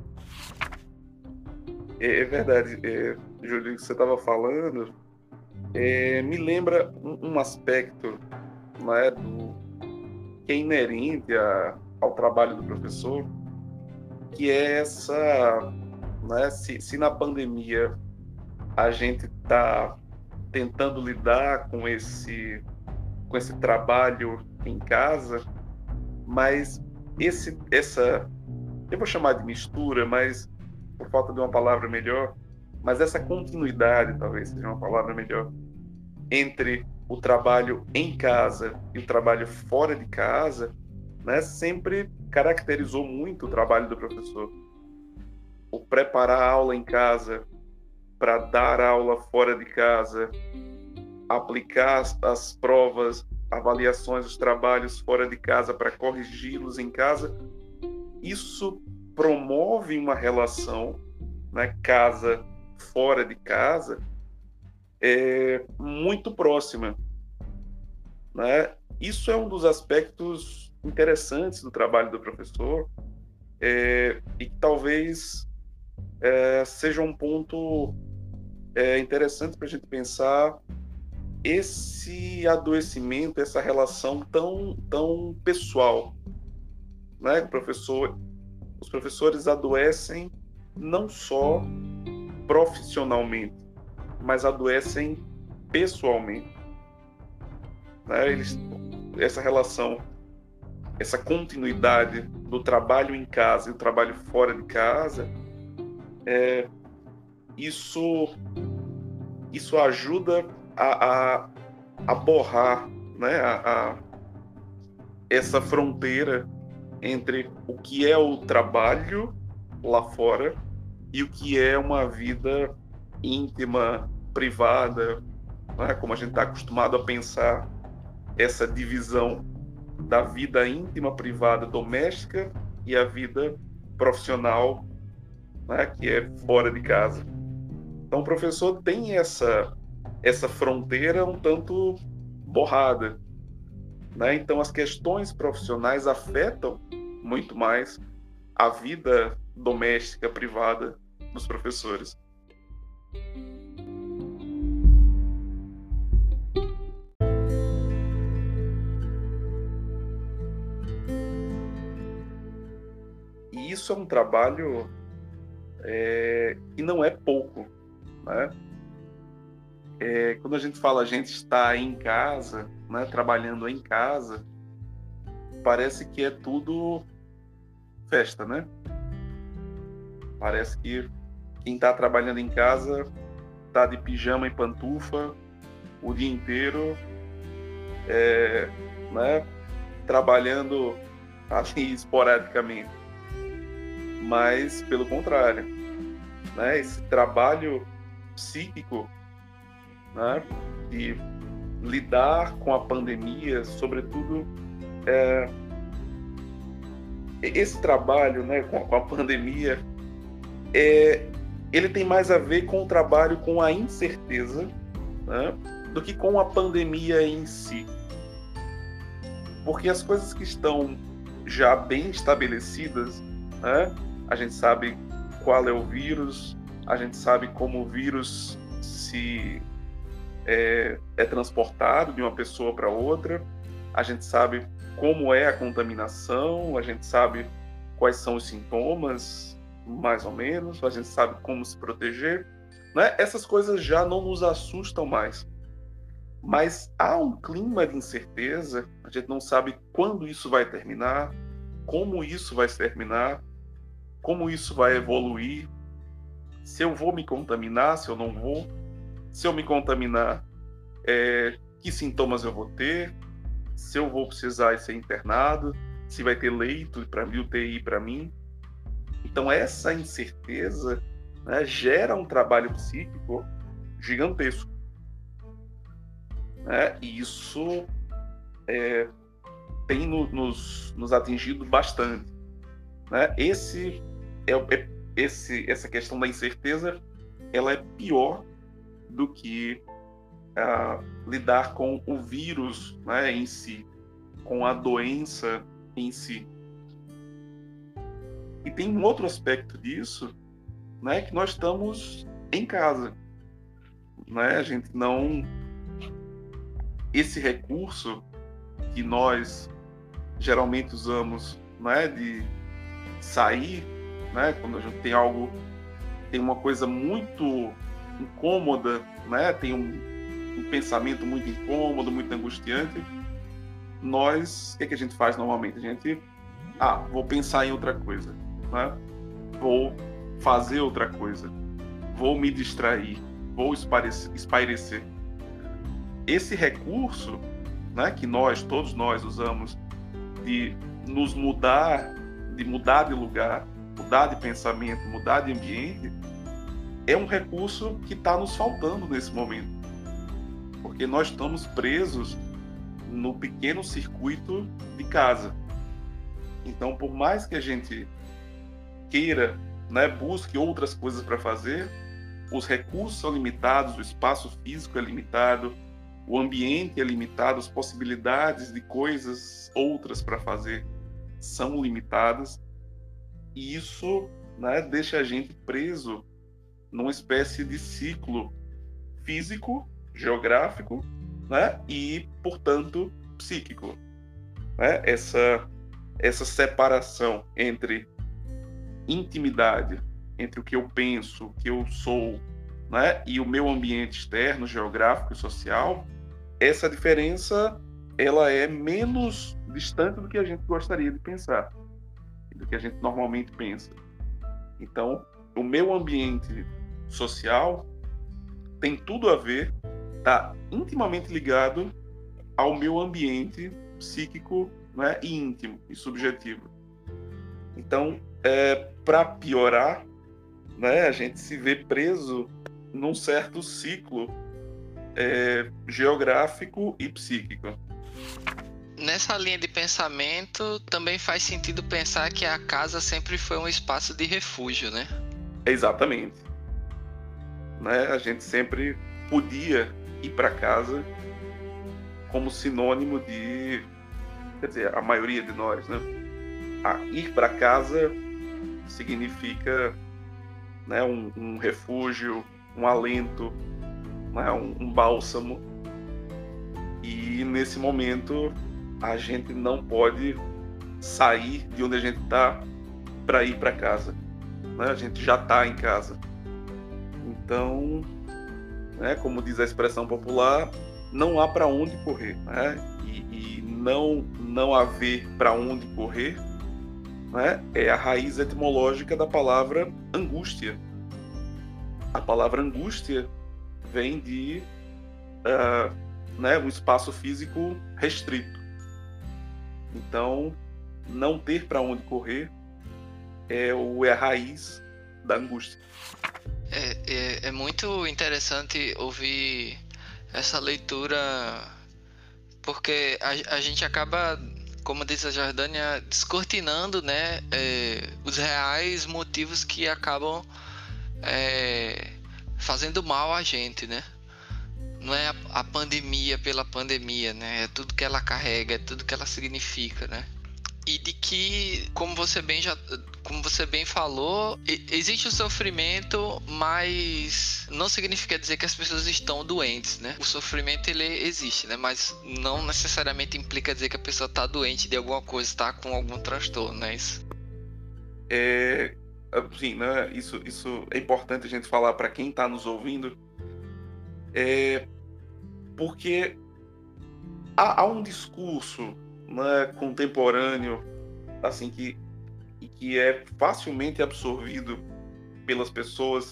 É, é verdade, é, Júlio, que você estava falando, é, me lembra um, um aspecto, né, do, que é inerente a, ao trabalho do professor, que é essa, né, se, se na pandemia a gente está tentando lidar com esse, com esse trabalho em casa, mas esse, essa, eu vou chamar de mistura, mas por falta de uma palavra melhor, mas essa continuidade, talvez seja uma palavra melhor, entre o trabalho em casa e o trabalho fora de casa, né, sempre caracterizou muito o trabalho do professor. O preparar a aula em casa para dar aula fora de casa, aplicar as, as provas, avaliações, os trabalhos fora de casa para corrigi-los em casa, isso promove uma relação, né, casa fora de casa, é, muito próxima, né? Isso é um dos aspectos interessantes do trabalho do professor, é, e que talvez é, seja um ponto é, interessante para a gente pensar esse adoecimento, essa relação tão, tão pessoal, né? O professor, os professores adoecem não só profissionalmente, mas adoecem pessoalmente, né? Eles, essa relação, essa continuidade do trabalho em casa e o trabalho fora de casa, é, isso, isso ajuda a, a, a borrar, né, a, a, essa fronteira entre o que é o trabalho lá fora e o que é uma vida íntima, privada, né, como a gente está acostumado a pensar essa divisão da vida íntima, privada, doméstica e a vida profissional, né, que é fora de casa. Então o professor tem essa, essa fronteira um tanto borrada, né? Então as questões profissionais afetam muito mais a vida doméstica, privada dos professores. E isso é um trabalho é, que não é pouco, né? É, quando a gente fala a gente está em casa, né, trabalhando em casa, parece que é tudo festa, né? Parece que quem está trabalhando em casa está de pijama e pantufa o dia inteiro, é, né, trabalhando assim esporadicamente. Mas, pelo contrário, né, esse trabalho psíquico, né, de lidar com a pandemia, sobretudo, é, esse trabalho, né, com, com a pandemia, é, ele tem mais a ver com o trabalho com a incerteza, né, do que com a pandemia em si. Porque as coisas que estão já bem estabelecidas, né, a gente sabe qual é o vírus, a gente sabe como o vírus se é, é transportado de uma pessoa para outra, a gente sabe como é a contaminação, a gente sabe quais são os sintomas, mais ou menos, a gente sabe como se proteger, né? Essas coisas já não nos assustam mais. Mas há um clima de incerteza, a gente não sabe quando isso vai terminar, como isso vai terminar, como isso vai evoluir, se eu vou me contaminar, se eu não vou, se eu me contaminar, é, que sintomas eu vou ter, se eu vou precisar ser internado, se vai ter leito para mim, U T I para mim. Então essa incerteza, né, gera um trabalho psíquico gigantesco, né? E isso é, tem no, nos, nos atingido bastante, né? Esse é, é esse essa questão da incerteza, ela é pior do que uh, lidar com o vírus, né, em si, com a doença em si. E tem um outro aspecto disso, né, que nós estamos em casa, né? A gente não, esse recurso que nós geralmente usamos, né, de sair, né, quando a gente tem algo, tem uma coisa muito incômoda, né, tem um, um pensamento muito incômodo, muito angustiante, nós, o que, é que a gente faz normalmente? A gente, ah, vou pensar em outra coisa, né? Vou fazer outra coisa, vou me distrair, vou espairecer, espairecer. Esse recurso, né, que nós, todos nós usamos de nos mudar, de mudar de lugar, mudar de pensamento, mudar de ambiente, é um recurso que está nos faltando nesse momento. Porque nós estamos presos no pequeno circuito de casa. Então, por mais que a gente queira, né, busque outras coisas para fazer, os recursos são limitados, o espaço físico é limitado, o ambiente é limitado, as possibilidades de coisas outras para fazer são limitadas, e isso, né, deixa a gente preso numa espécie de ciclo físico, geográfico, né, e, portanto, psíquico, né? Essa, essa separação entre intimidade, entre o que eu penso, o que eu sou, né, e o meu ambiente externo, geográfico e social, essa diferença, ela é menos distante do que a gente gostaria de pensar, do que a gente normalmente pensa. Então, o meu ambiente social tem tudo a ver, está intimamente ligado ao meu ambiente psíquico, né, e íntimo e subjetivo. Então, é, para piorar, né, a gente se vê preso num certo ciclo é, geográfico e psíquico. Nessa linha de pensamento, também faz sentido pensar que a casa sempre foi um espaço de refúgio, né? Exatamente. Né? A gente sempre podia ir para casa como sinônimo de, quer dizer, a maioria de nós, né? A ir para casa significa, né, um, um refúgio, um alento, né, um, um bálsamo. E nesse momento a gente não pode sair de onde a gente está para ir para casa, né? A gente já está em casa. Então, né, como diz a expressão popular, não há para onde correr, né? E, e não não haver para onde correr, né, é a raiz etimológica da palavra angústia. A palavra angústia vem de uh, né, um espaço físico restrito. Então, não ter para onde correr é, o, é a raiz da angústia. É, é, é muito interessante ouvir essa leitura, porque a, a gente acaba, como diz a Jordânia, descortinando, né, é, os reais motivos que acabam é, fazendo mal a gente, né? Não é a, a pandemia pela pandemia, né? É tudo que ela carrega, é tudo que ela significa, né? E de que, como você bem já, como você bem falou, existe o sofrimento, mas não significa dizer que as pessoas estão doentes, né? O sofrimento, ele existe, né? Mas não necessariamente implica dizer que a pessoa está doente de alguma coisa, está com algum transtorno, não é isso? É, assim, né? Isso, isso é importante a gente falar para quem está nos ouvindo, é porque há, há um discurso, né, contemporâneo, assim, que, que é facilmente absorvido pelas pessoas,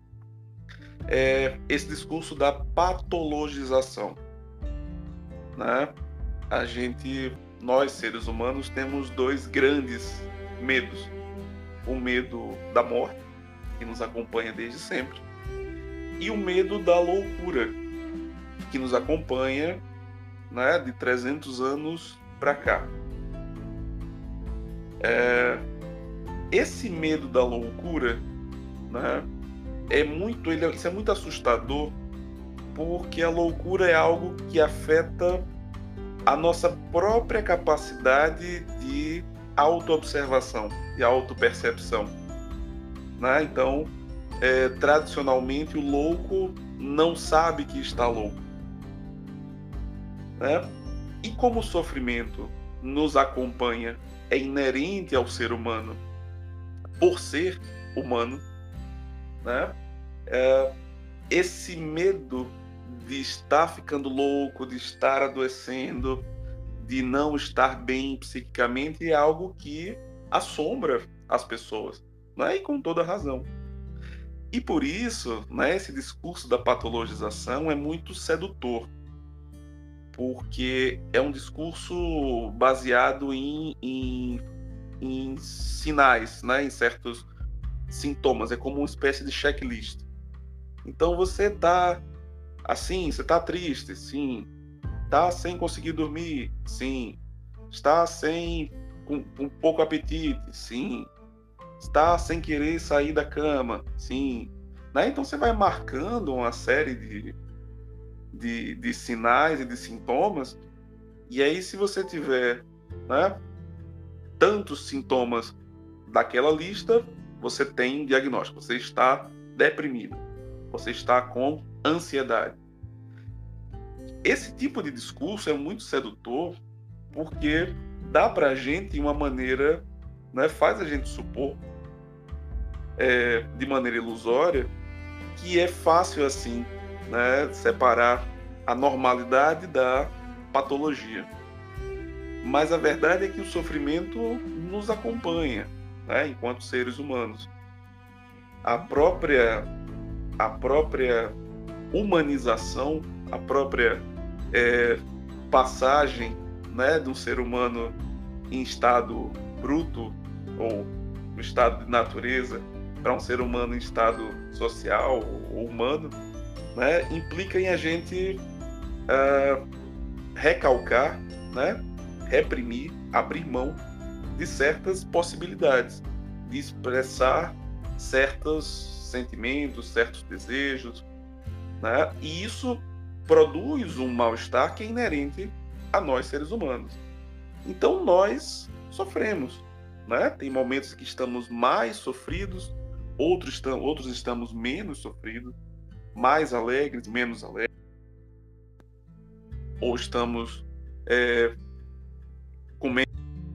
é esse discurso da patologização, né? A gente, nós seres humanos, temos dois grandes medos: o medo da morte, que nos acompanha desde sempre, e o medo da loucura, que nos acompanha, né, de trezentos anos para cá. É, esse medo da loucura, né, é muito, ele, isso é muito assustador, porque a loucura é algo que afeta a nossa própria capacidade de autoobservação, de autopercepção, né? Então, é, tradicionalmente, o louco não sabe que está louco, né? E como o sofrimento nos acompanha, é inerente ao ser humano, por ser humano, né? É, esse medo de estar ficando louco, de estar adoecendo, de não estar bem psiquicamente, é algo que assombra as pessoas, né? E com toda razão. E por isso, né, esse discurso da patologização é muito sedutor, porque é um discurso baseado em, em, em sinais, né, em certos sintomas. É como uma espécie de checklist. Então você está assim, você está triste, sim. Está sem conseguir dormir, sim. Está sem com, com pouco apetite, sim. Está sem querer sair da cama, sim. Né? Então você vai marcando uma série de, de, de sinais e de sintomas, e aí se você tiver, né, tantos sintomas daquela lista, você tem um diagnóstico: você está deprimido, você está com ansiedade. Esse tipo de discurso é muito sedutor, porque dá para a gente uma maneira, né, faz a gente supor, é, de maneira ilusória, que é fácil assim, né, separar a normalidade da patologia. Mas a verdade é que o sofrimento nos acompanha, né, enquanto seres humanos. A própria a própria humanização, a própria é, passagem, né, de um ser humano em estado bruto ou no estado de natureza para um ser humano em estado social ou humano, né, implica em a gente uh, recalcar, né, reprimir, abrir mão de certas possibilidades, de expressar certos sentimentos, certos desejos, né? E isso produz um mal-estar que é inerente a nós, seres humanos. Então nós sofremos, né? Tem momentos que estamos mais sofridos, outros, estamos, outros estamos menos sofridos, mais alegres, menos alegres, ou estamos é, comendo,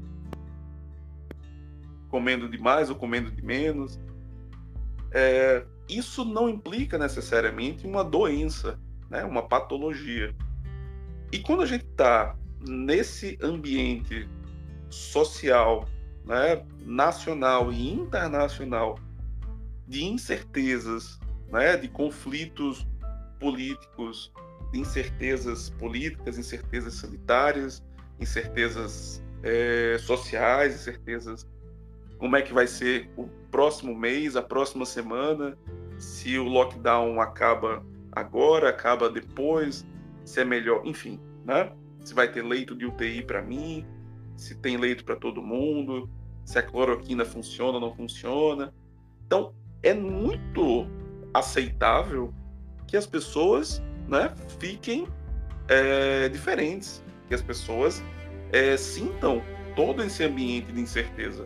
comendo demais ou comendo de menos. É, isso não implica necessariamente uma doença, né? Uma patologia. E quando a gente está nesse ambiente social, né, nacional e internacional, de incertezas, né, de conflitos políticos, de incertezas políticas, incertezas sanitárias, incertezas é, sociais, incertezas como é que vai ser o próximo mês, a próxima semana, se o lockdown acaba agora, acaba depois, se é melhor, enfim, né? Se vai ter leito de U T I para mim, se tem leito para todo mundo, se a cloroquina funciona ou não funciona. Então, é muito aceitável que as pessoas, né, fiquem é, diferentes, que as pessoas é, sintam todo esse ambiente de incerteza.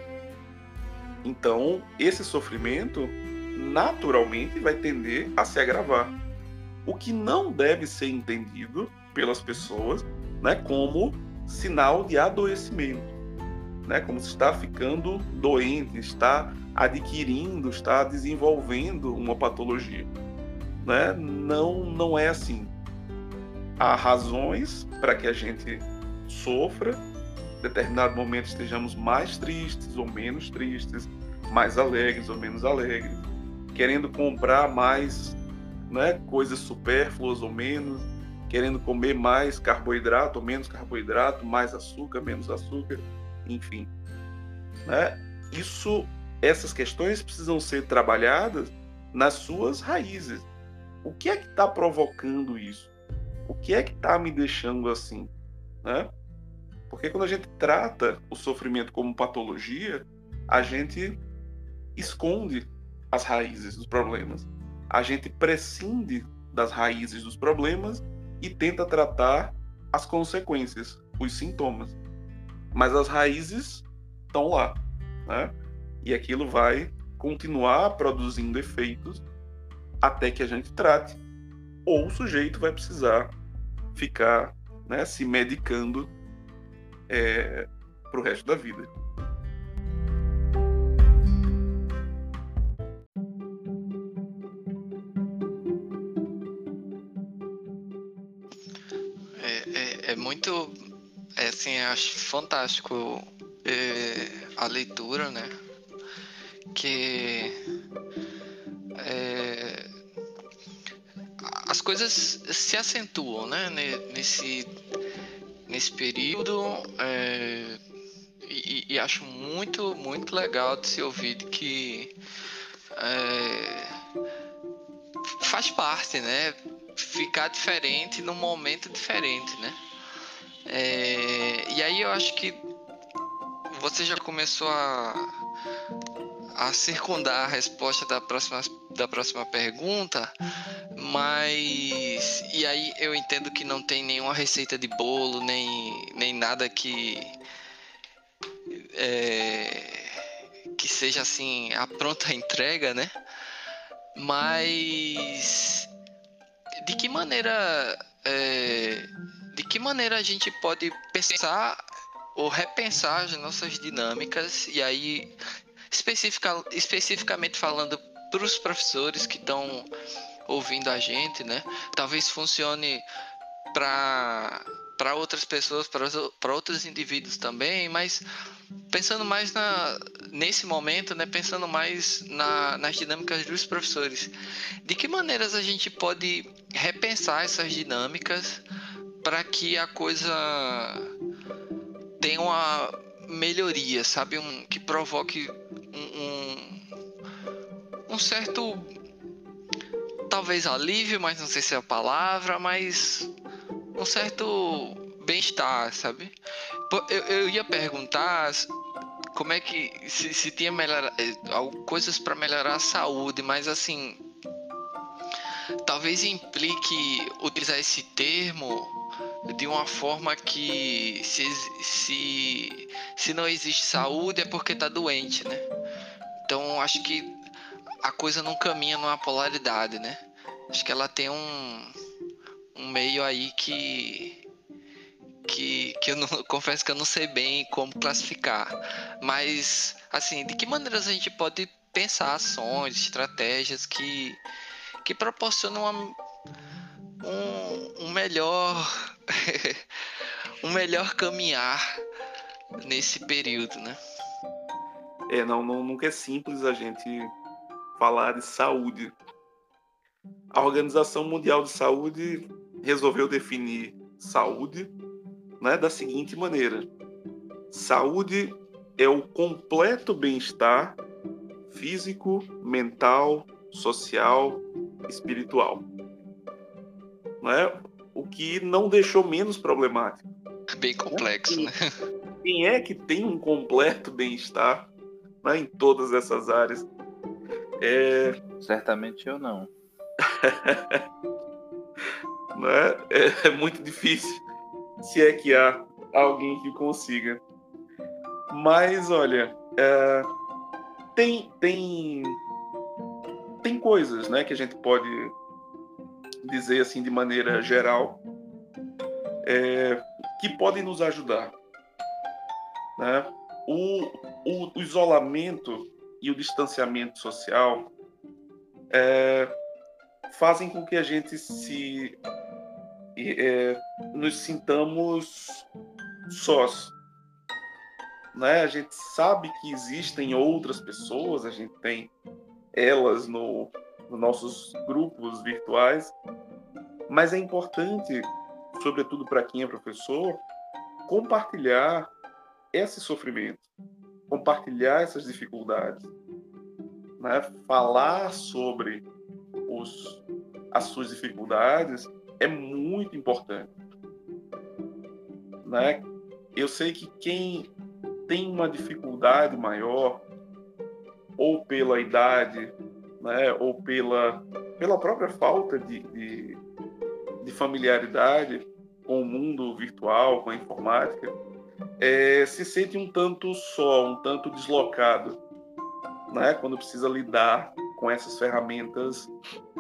Então, esse sofrimento naturalmente vai tender a se agravar. O que não deve ser entendido pelas pessoas, né, como sinal de adoecimento, né, como se está ficando doente, está adquirindo, está desenvolvendo uma patologia, né? Não, não é assim. Há razões para que a gente sofra, em determinado momento estejamos mais tristes ou menos tristes, mais alegres ou menos alegres, querendo comprar mais, né, coisas supérfluas ou menos, querendo comer mais carboidrato ou menos carboidrato, mais açúcar, menos açúcar, enfim, né? Isso, essas questões precisam ser trabalhadas nas suas raízes. O que é que está provocando isso? O que é que está me deixando assim, né? Porque quando a gente trata o sofrimento como patologia, a gente esconde as raízes dos problemas. A gente prescinde das raízes dos problemas e tenta tratar as consequências, os sintomas. Mas as raízes estão lá, né? E aquilo vai continuar produzindo efeitos até que a gente trate. Ou o sujeito vai precisar ficar, né, se medicando é, para o resto da vida. É, é, é muito, é, assim, acho fantástico é, a leitura, né? Que é, as coisas se acentuam, né? Nesse, nesse período, é, e, e acho muito, muito legal de se ouvir que é, faz parte, né? Ficar diferente num momento diferente, né? É, e aí eu acho que você já começou a, a circundar a resposta da próxima, da próxima pergunta, mas e aí eu entendo que não tem nenhuma receita de bolo, nem, nem nada que é, que seja assim a pronta entrega, né? Mas de que maneira é, de que maneira a gente pode pensar ou repensar as nossas dinâmicas, e aí especifica, especificamente falando para os professores que estão ouvindo a gente, né? Talvez funcione para para outras pessoas, para outros indivíduos também, mas pensando mais na, nesse momento, né, pensando mais na, nas dinâmicas dos professores, de que maneiras a gente pode repensar essas dinâmicas para que a coisa tenha uma melhoria, sabe, um, que provoque um, um, um certo, talvez alívio, mas não sei se é a palavra, mas um certo bem-estar, sabe? Eu, eu ia perguntar como é que se, se tinha melhor, coisas para melhorar a saúde, mas assim, talvez implique utilizar esse termo de uma forma que se, se, se não existe saúde é porque tá doente, né? Então acho que a coisa não caminha numa polaridade, né? Acho que ela tem um, um meio aí que que, que eu não, confesso que eu não sei bem como classificar. Mas, assim, de que maneiras a gente pode pensar ações, estratégias que, que proporcionam uma, um, um melhor um melhor caminhar nesse período, né? É, não, não, nunca é simples a gente falar de saúde. A Organização Mundial de Saúde resolveu definir saúde, né, da seguinte maneira: saúde é o completo bem-estar físico, mental, social, espiritual. Não é? O que não deixou menos problemático. Bem complexo, né? Quem é que tem um completo bem-estar, né, em todas essas áreas? É... Certamente eu não. Né? É, é muito difícil, se é que há alguém que consiga. Mas, olha, é... tem, tem, tem coisas, né, que a gente pode dizer assim de maneira geral, é, que podem nos ajudar, né? O, o, o isolamento e o distanciamento social é, fazem com que a gente se é, nos sintamos sós, né? A gente sabe que existem outras pessoas, a gente tem elas no, nos nossos grupos virtuais, mas é importante, sobretudo para quem é professor, compartilhar esse sofrimento, compartilhar essas dificuldades, né? Falar sobre os, as suas dificuldades é muito importante, né? Eu sei que quem tem uma dificuldade maior, ou pela idade, né, ou pela, pela própria falta de, de, de familiaridade com o mundo virtual, com a informática, é, se sente um tanto só, um tanto deslocado, né, quando precisa lidar com essas ferramentas,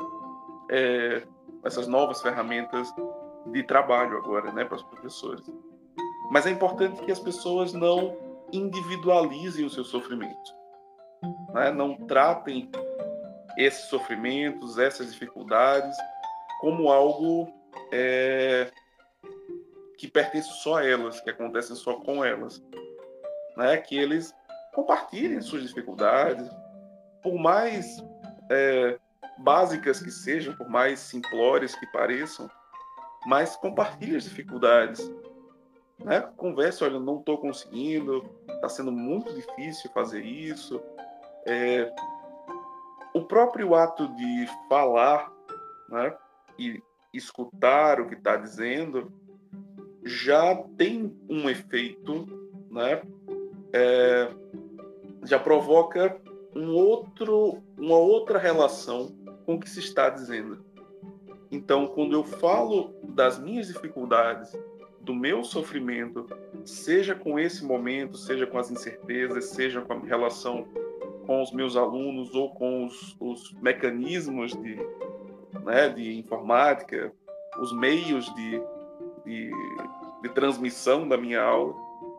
é, essas novas ferramentas de trabalho agora, né, para os professores. Mas é importante que as pessoas não individualizem o seu sofrimento, né? Não tratem esses sofrimentos, essas dificuldades, como algo é, que pertence só a elas, que acontece só com elas, né? Que eles compartilhem suas dificuldades, por mais é, básicas que sejam, por mais simplórias que pareçam, mas compartilhem as dificuldades, né? Converse, olha, não estou conseguindo, está sendo muito difícil fazer isso. É, o próprio ato de falar, né, e escutar o que está dizendo já tem um efeito, né, é, já provoca um outro, uma outra relação com o que se está dizendo. Então, quando eu falo das minhas dificuldades, do meu sofrimento, seja com esse momento, seja com as incertezas, seja com a relação com os meus alunos ou com os, os mecanismos de, né, de informática, os meios de, de, de transmissão da minha aula,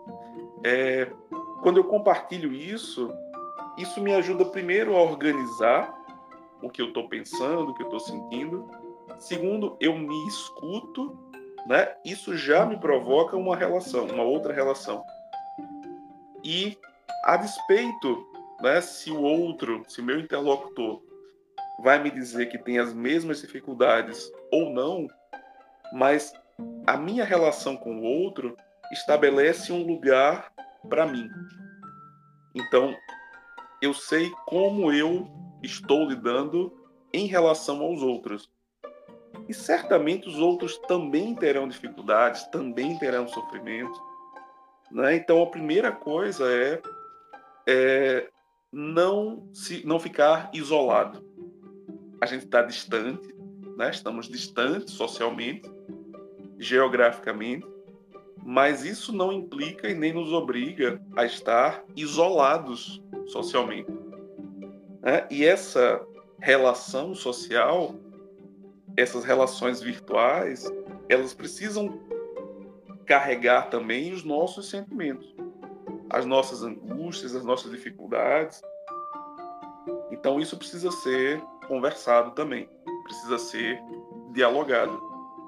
é, quando eu compartilho isso, isso me ajuda primeiro a organizar o que eu estou pensando, o que eu estou sentindo. Segundo, eu me escuto, né? Isso já me provoca uma relação, uma outra relação. E, a despeito, né, se o outro, se o meu interlocutor vai me dizer que tem as mesmas dificuldades ou não, mas a minha relação com o outro estabelece um lugar para mim. Então, eu sei como eu estou lidando em relação aos outros. E certamente os outros também terão dificuldades, também terão sofrimento. Né? Então, a primeira coisa é, é não, se, não ficar isolado. A gente está distante, né? Estamos distantes socialmente, geograficamente, mas isso não implica e nem nos obriga a estar isolados socialmente. Né? E essa relação social, essas relações virtuais, elas precisam carregar também os nossos sentimentos, as nossas angústias, as nossas dificuldades. Então isso precisa ser conversado também, precisa ser dialogado.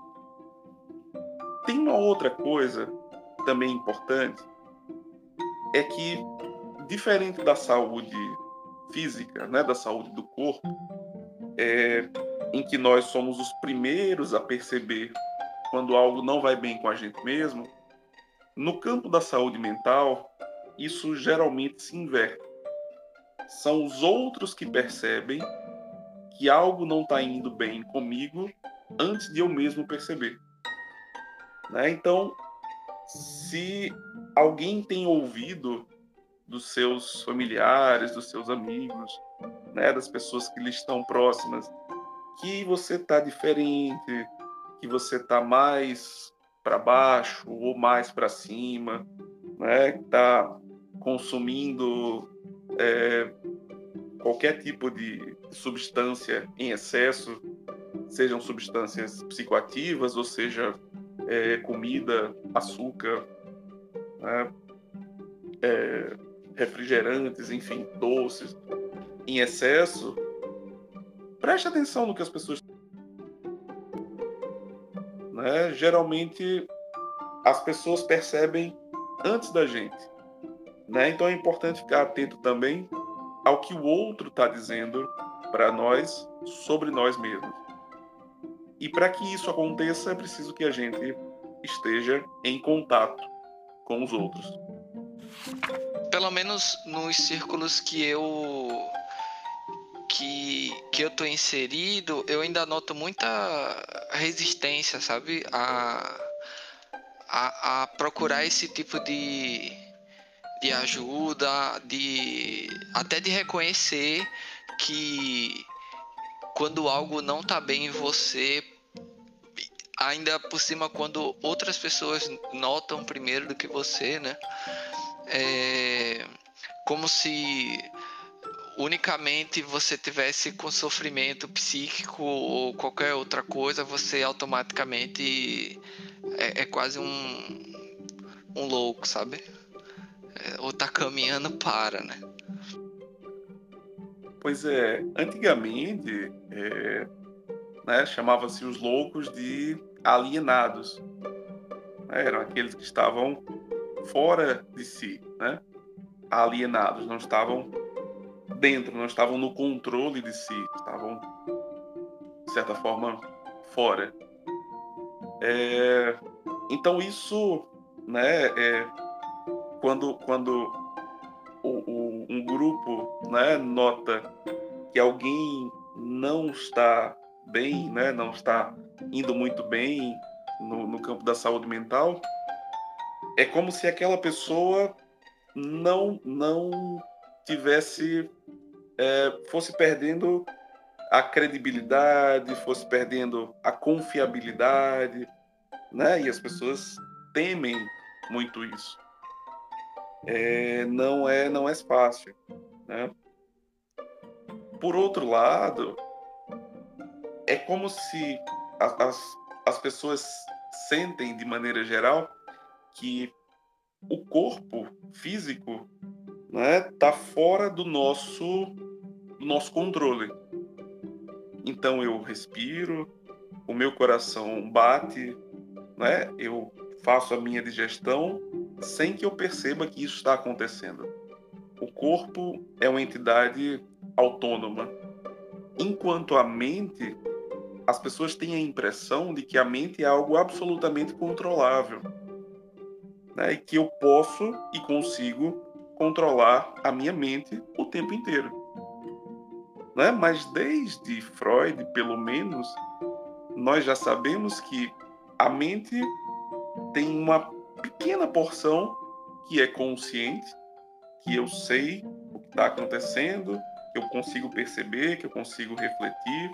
Tem uma outra coisa também importante, é que, diferente da saúde física, né, da saúde do corpo, é, em que nós somos os primeiros a perceber quando algo não vai bem com a gente mesmo, no campo da saúde mental, isso geralmente se inverte. São os outros que percebem que algo não está indo bem comigo antes de eu mesmo perceber. Né? Então, se alguém tem ouvido dos seus familiares, dos seus amigos, né, das pessoas que lhe estão próximas, que você está diferente, que você está mais para baixo ou mais para cima, né, que está consumindo é, qualquer tipo de substância em excesso, sejam substâncias psicoativas, ou seja, é, comida, açúcar, né, é, refrigerantes, enfim, doces, em excesso, preste atenção no que as pessoas... Né? Geralmente, as pessoas percebem antes da gente. Né? Então é importante ficar atento também ao que o outro está dizendo para nós sobre nós mesmos. E para que isso aconteça, é preciso que a gente esteja em contato com os outros. Pelo menos nos círculos que eu que, que eu tô inserido, eu ainda noto muita resistência, sabe? A, a, a procurar esse tipo de, de ajuda, de até de reconhecer que quando algo não tá bem em você, ainda por cima quando outras pessoas notam primeiro do que você, né? É como se unicamente você tivesse com sofrimento psíquico ou qualquer outra coisa, você automaticamente é, é quase um, um louco, sabe? É, ou tá caminhando para, né? Pois é, antigamente é, né, chamava-se os loucos de alienados. Né? Eram aqueles que estavam fora de si, né? Alienados, não estavam dentro, não estavam no controle de si, estavam, de certa forma, fora. É, então isso, né, é, quando, quando o, o, um grupo, né, nota que alguém não está bem, né, não está indo muito bem no, no campo da saúde mental, é como se aquela pessoa não, não tivesse, é, fosse perdendo a credibilidade, fosse perdendo a confiabilidade, né? E as pessoas temem muito isso. É, não é, não é fácil, né? Por outro lado, é como se as, as pessoas sentem, de maneira geral, que o corpo físico, né, tá fora do nosso, do nosso controle. Então eu respiro, o meu coração bate, né, eu faço a minha digestão, sem que eu perceba que isso está acontecendo. O corpo é uma entidade autônoma, enquanto a mente, as pessoas têm a impressão de que a mente é algo absolutamente controlável, né? E que eu posso e consigo controlar a minha mente o tempo inteiro, né? Mas desde Freud, pelo menos, nós já sabemos que a mente tem uma pequena porção que é consciente, que eu sei o que está acontecendo, que eu consigo perceber, que eu consigo refletir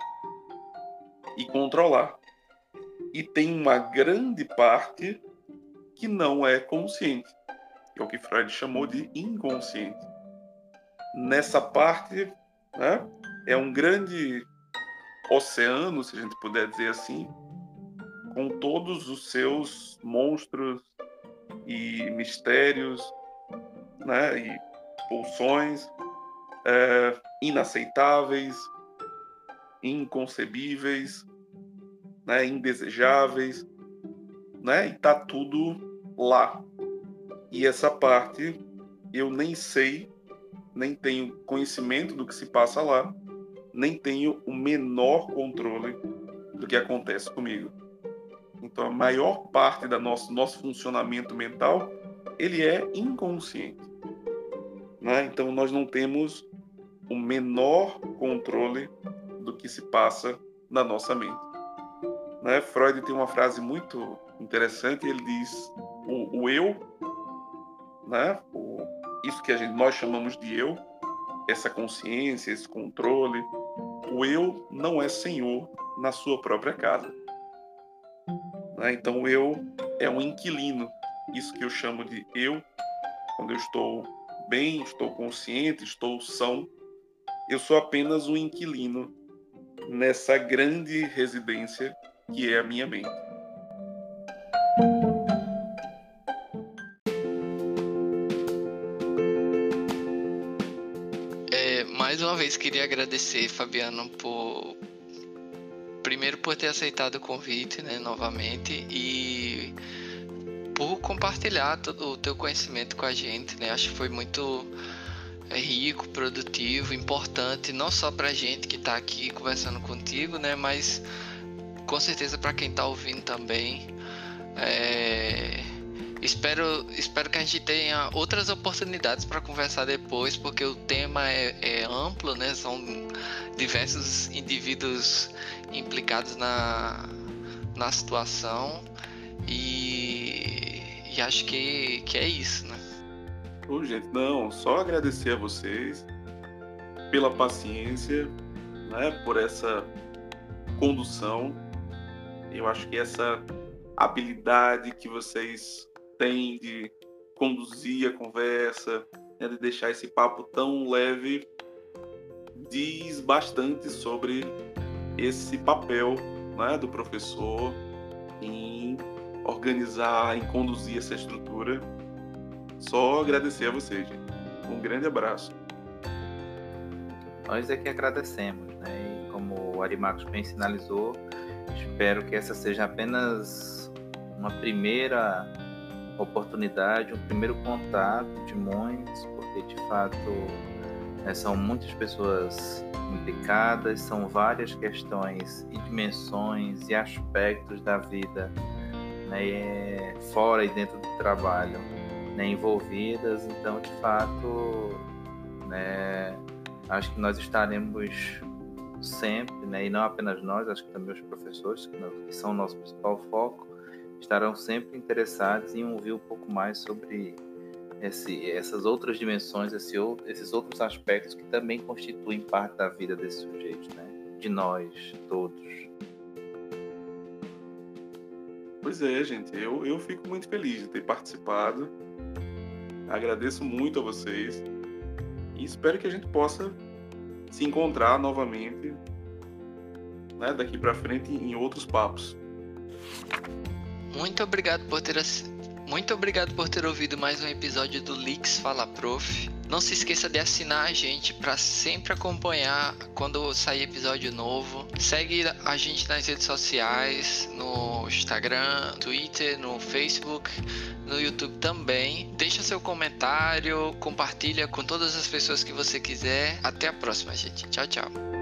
e controlar. E tem uma grande parte que não é consciente, que é o que Freud chamou de inconsciente. Nessa parte, né, é um grande oceano, se a gente puder dizer assim, com todos os seus monstros e mistérios, né, e pulsões é, inaceitáveis, inconcebíveis, né, indesejáveis, né, e tá tudo lá. E essa parte eu nem sei, nem tenho conhecimento do que se passa lá, nem tenho o menor controle do que acontece comigo. Então a maior parte do nosso, nosso funcionamento mental, ele é inconsciente, né? Então nós não temos o menor controle do que se passa na nossa mente, né? Freud tem uma frase muito interessante, ele diz o, o eu, né? o, isso que a gente, nós chamamos de eu, essa consciência, esse controle, o eu não é senhor na sua própria casa, né? Então o eu é um inquilino, isso que eu chamo de eu, quando eu estou bem, estou consciente, estou são, eu sou apenas um inquilino nessa grande residência que é a minha mente. É, mais uma vez queria agradecer, Fabiano, por primeiro por ter aceitado o convite, né, novamente, e por compartilhar todo o teu conhecimento com a gente, né? Acho que foi muito é, rico, produtivo, importante, não só pra gente que está aqui conversando contigo, né, mas com certeza para quem está ouvindo também. É... Espero, espero que a gente tenha outras oportunidades para conversar depois, porque o tema é, é amplo, né? São diversos indivíduos implicados na, na situação e, e acho que, que é isso, né? Ô, gente, não, só agradecer a vocês pela paciência, né? Por essa condução. Eu acho que essa habilidade que vocês têm de conduzir a conversa, né, de deixar esse papo tão leve, diz bastante sobre esse papel, né, do professor em organizar, em conduzir essa estrutura. Só agradecer a vocês, gente. Um grande abraço. Nós é que agradecemos, né? E como o Arimarcos bem sinalizou, espero que essa seja apenas uma primeira oportunidade, um primeiro contato de muitos, porque de fato, né, são muitas pessoas implicadas, são várias questões e dimensões e aspectos da vida, né, fora e dentro do trabalho, né, envolvidas. Então, de fato, né, acho que nós estaremos sempre, né, e não apenas nós, acho que também os professores, que, não, que são o nosso principal foco, estarão sempre interessados em ouvir um pouco mais sobre esse, essas outras dimensões, esse, esses outros aspectos que também constituem parte da vida desses sujeitos, né, de nós todos. Pois é, gente, eu, eu fico muito feliz de ter participado, agradeço muito a vocês e espero que a gente possa se encontrar novamente, né, daqui para frente em outros papos. Muito obrigado por ter muito obrigado por ter ouvido mais um episódio do Lix Fala Prof. Não se esqueça de assinar a gente para sempre acompanhar quando sair episódio novo. Segue a gente nas redes sociais, no Instagram, Twitter, no Facebook, no YouTube também. Deixa seu comentário, compartilha com todas as pessoas que você quiser. Até a próxima, gente. Tchau, tchau.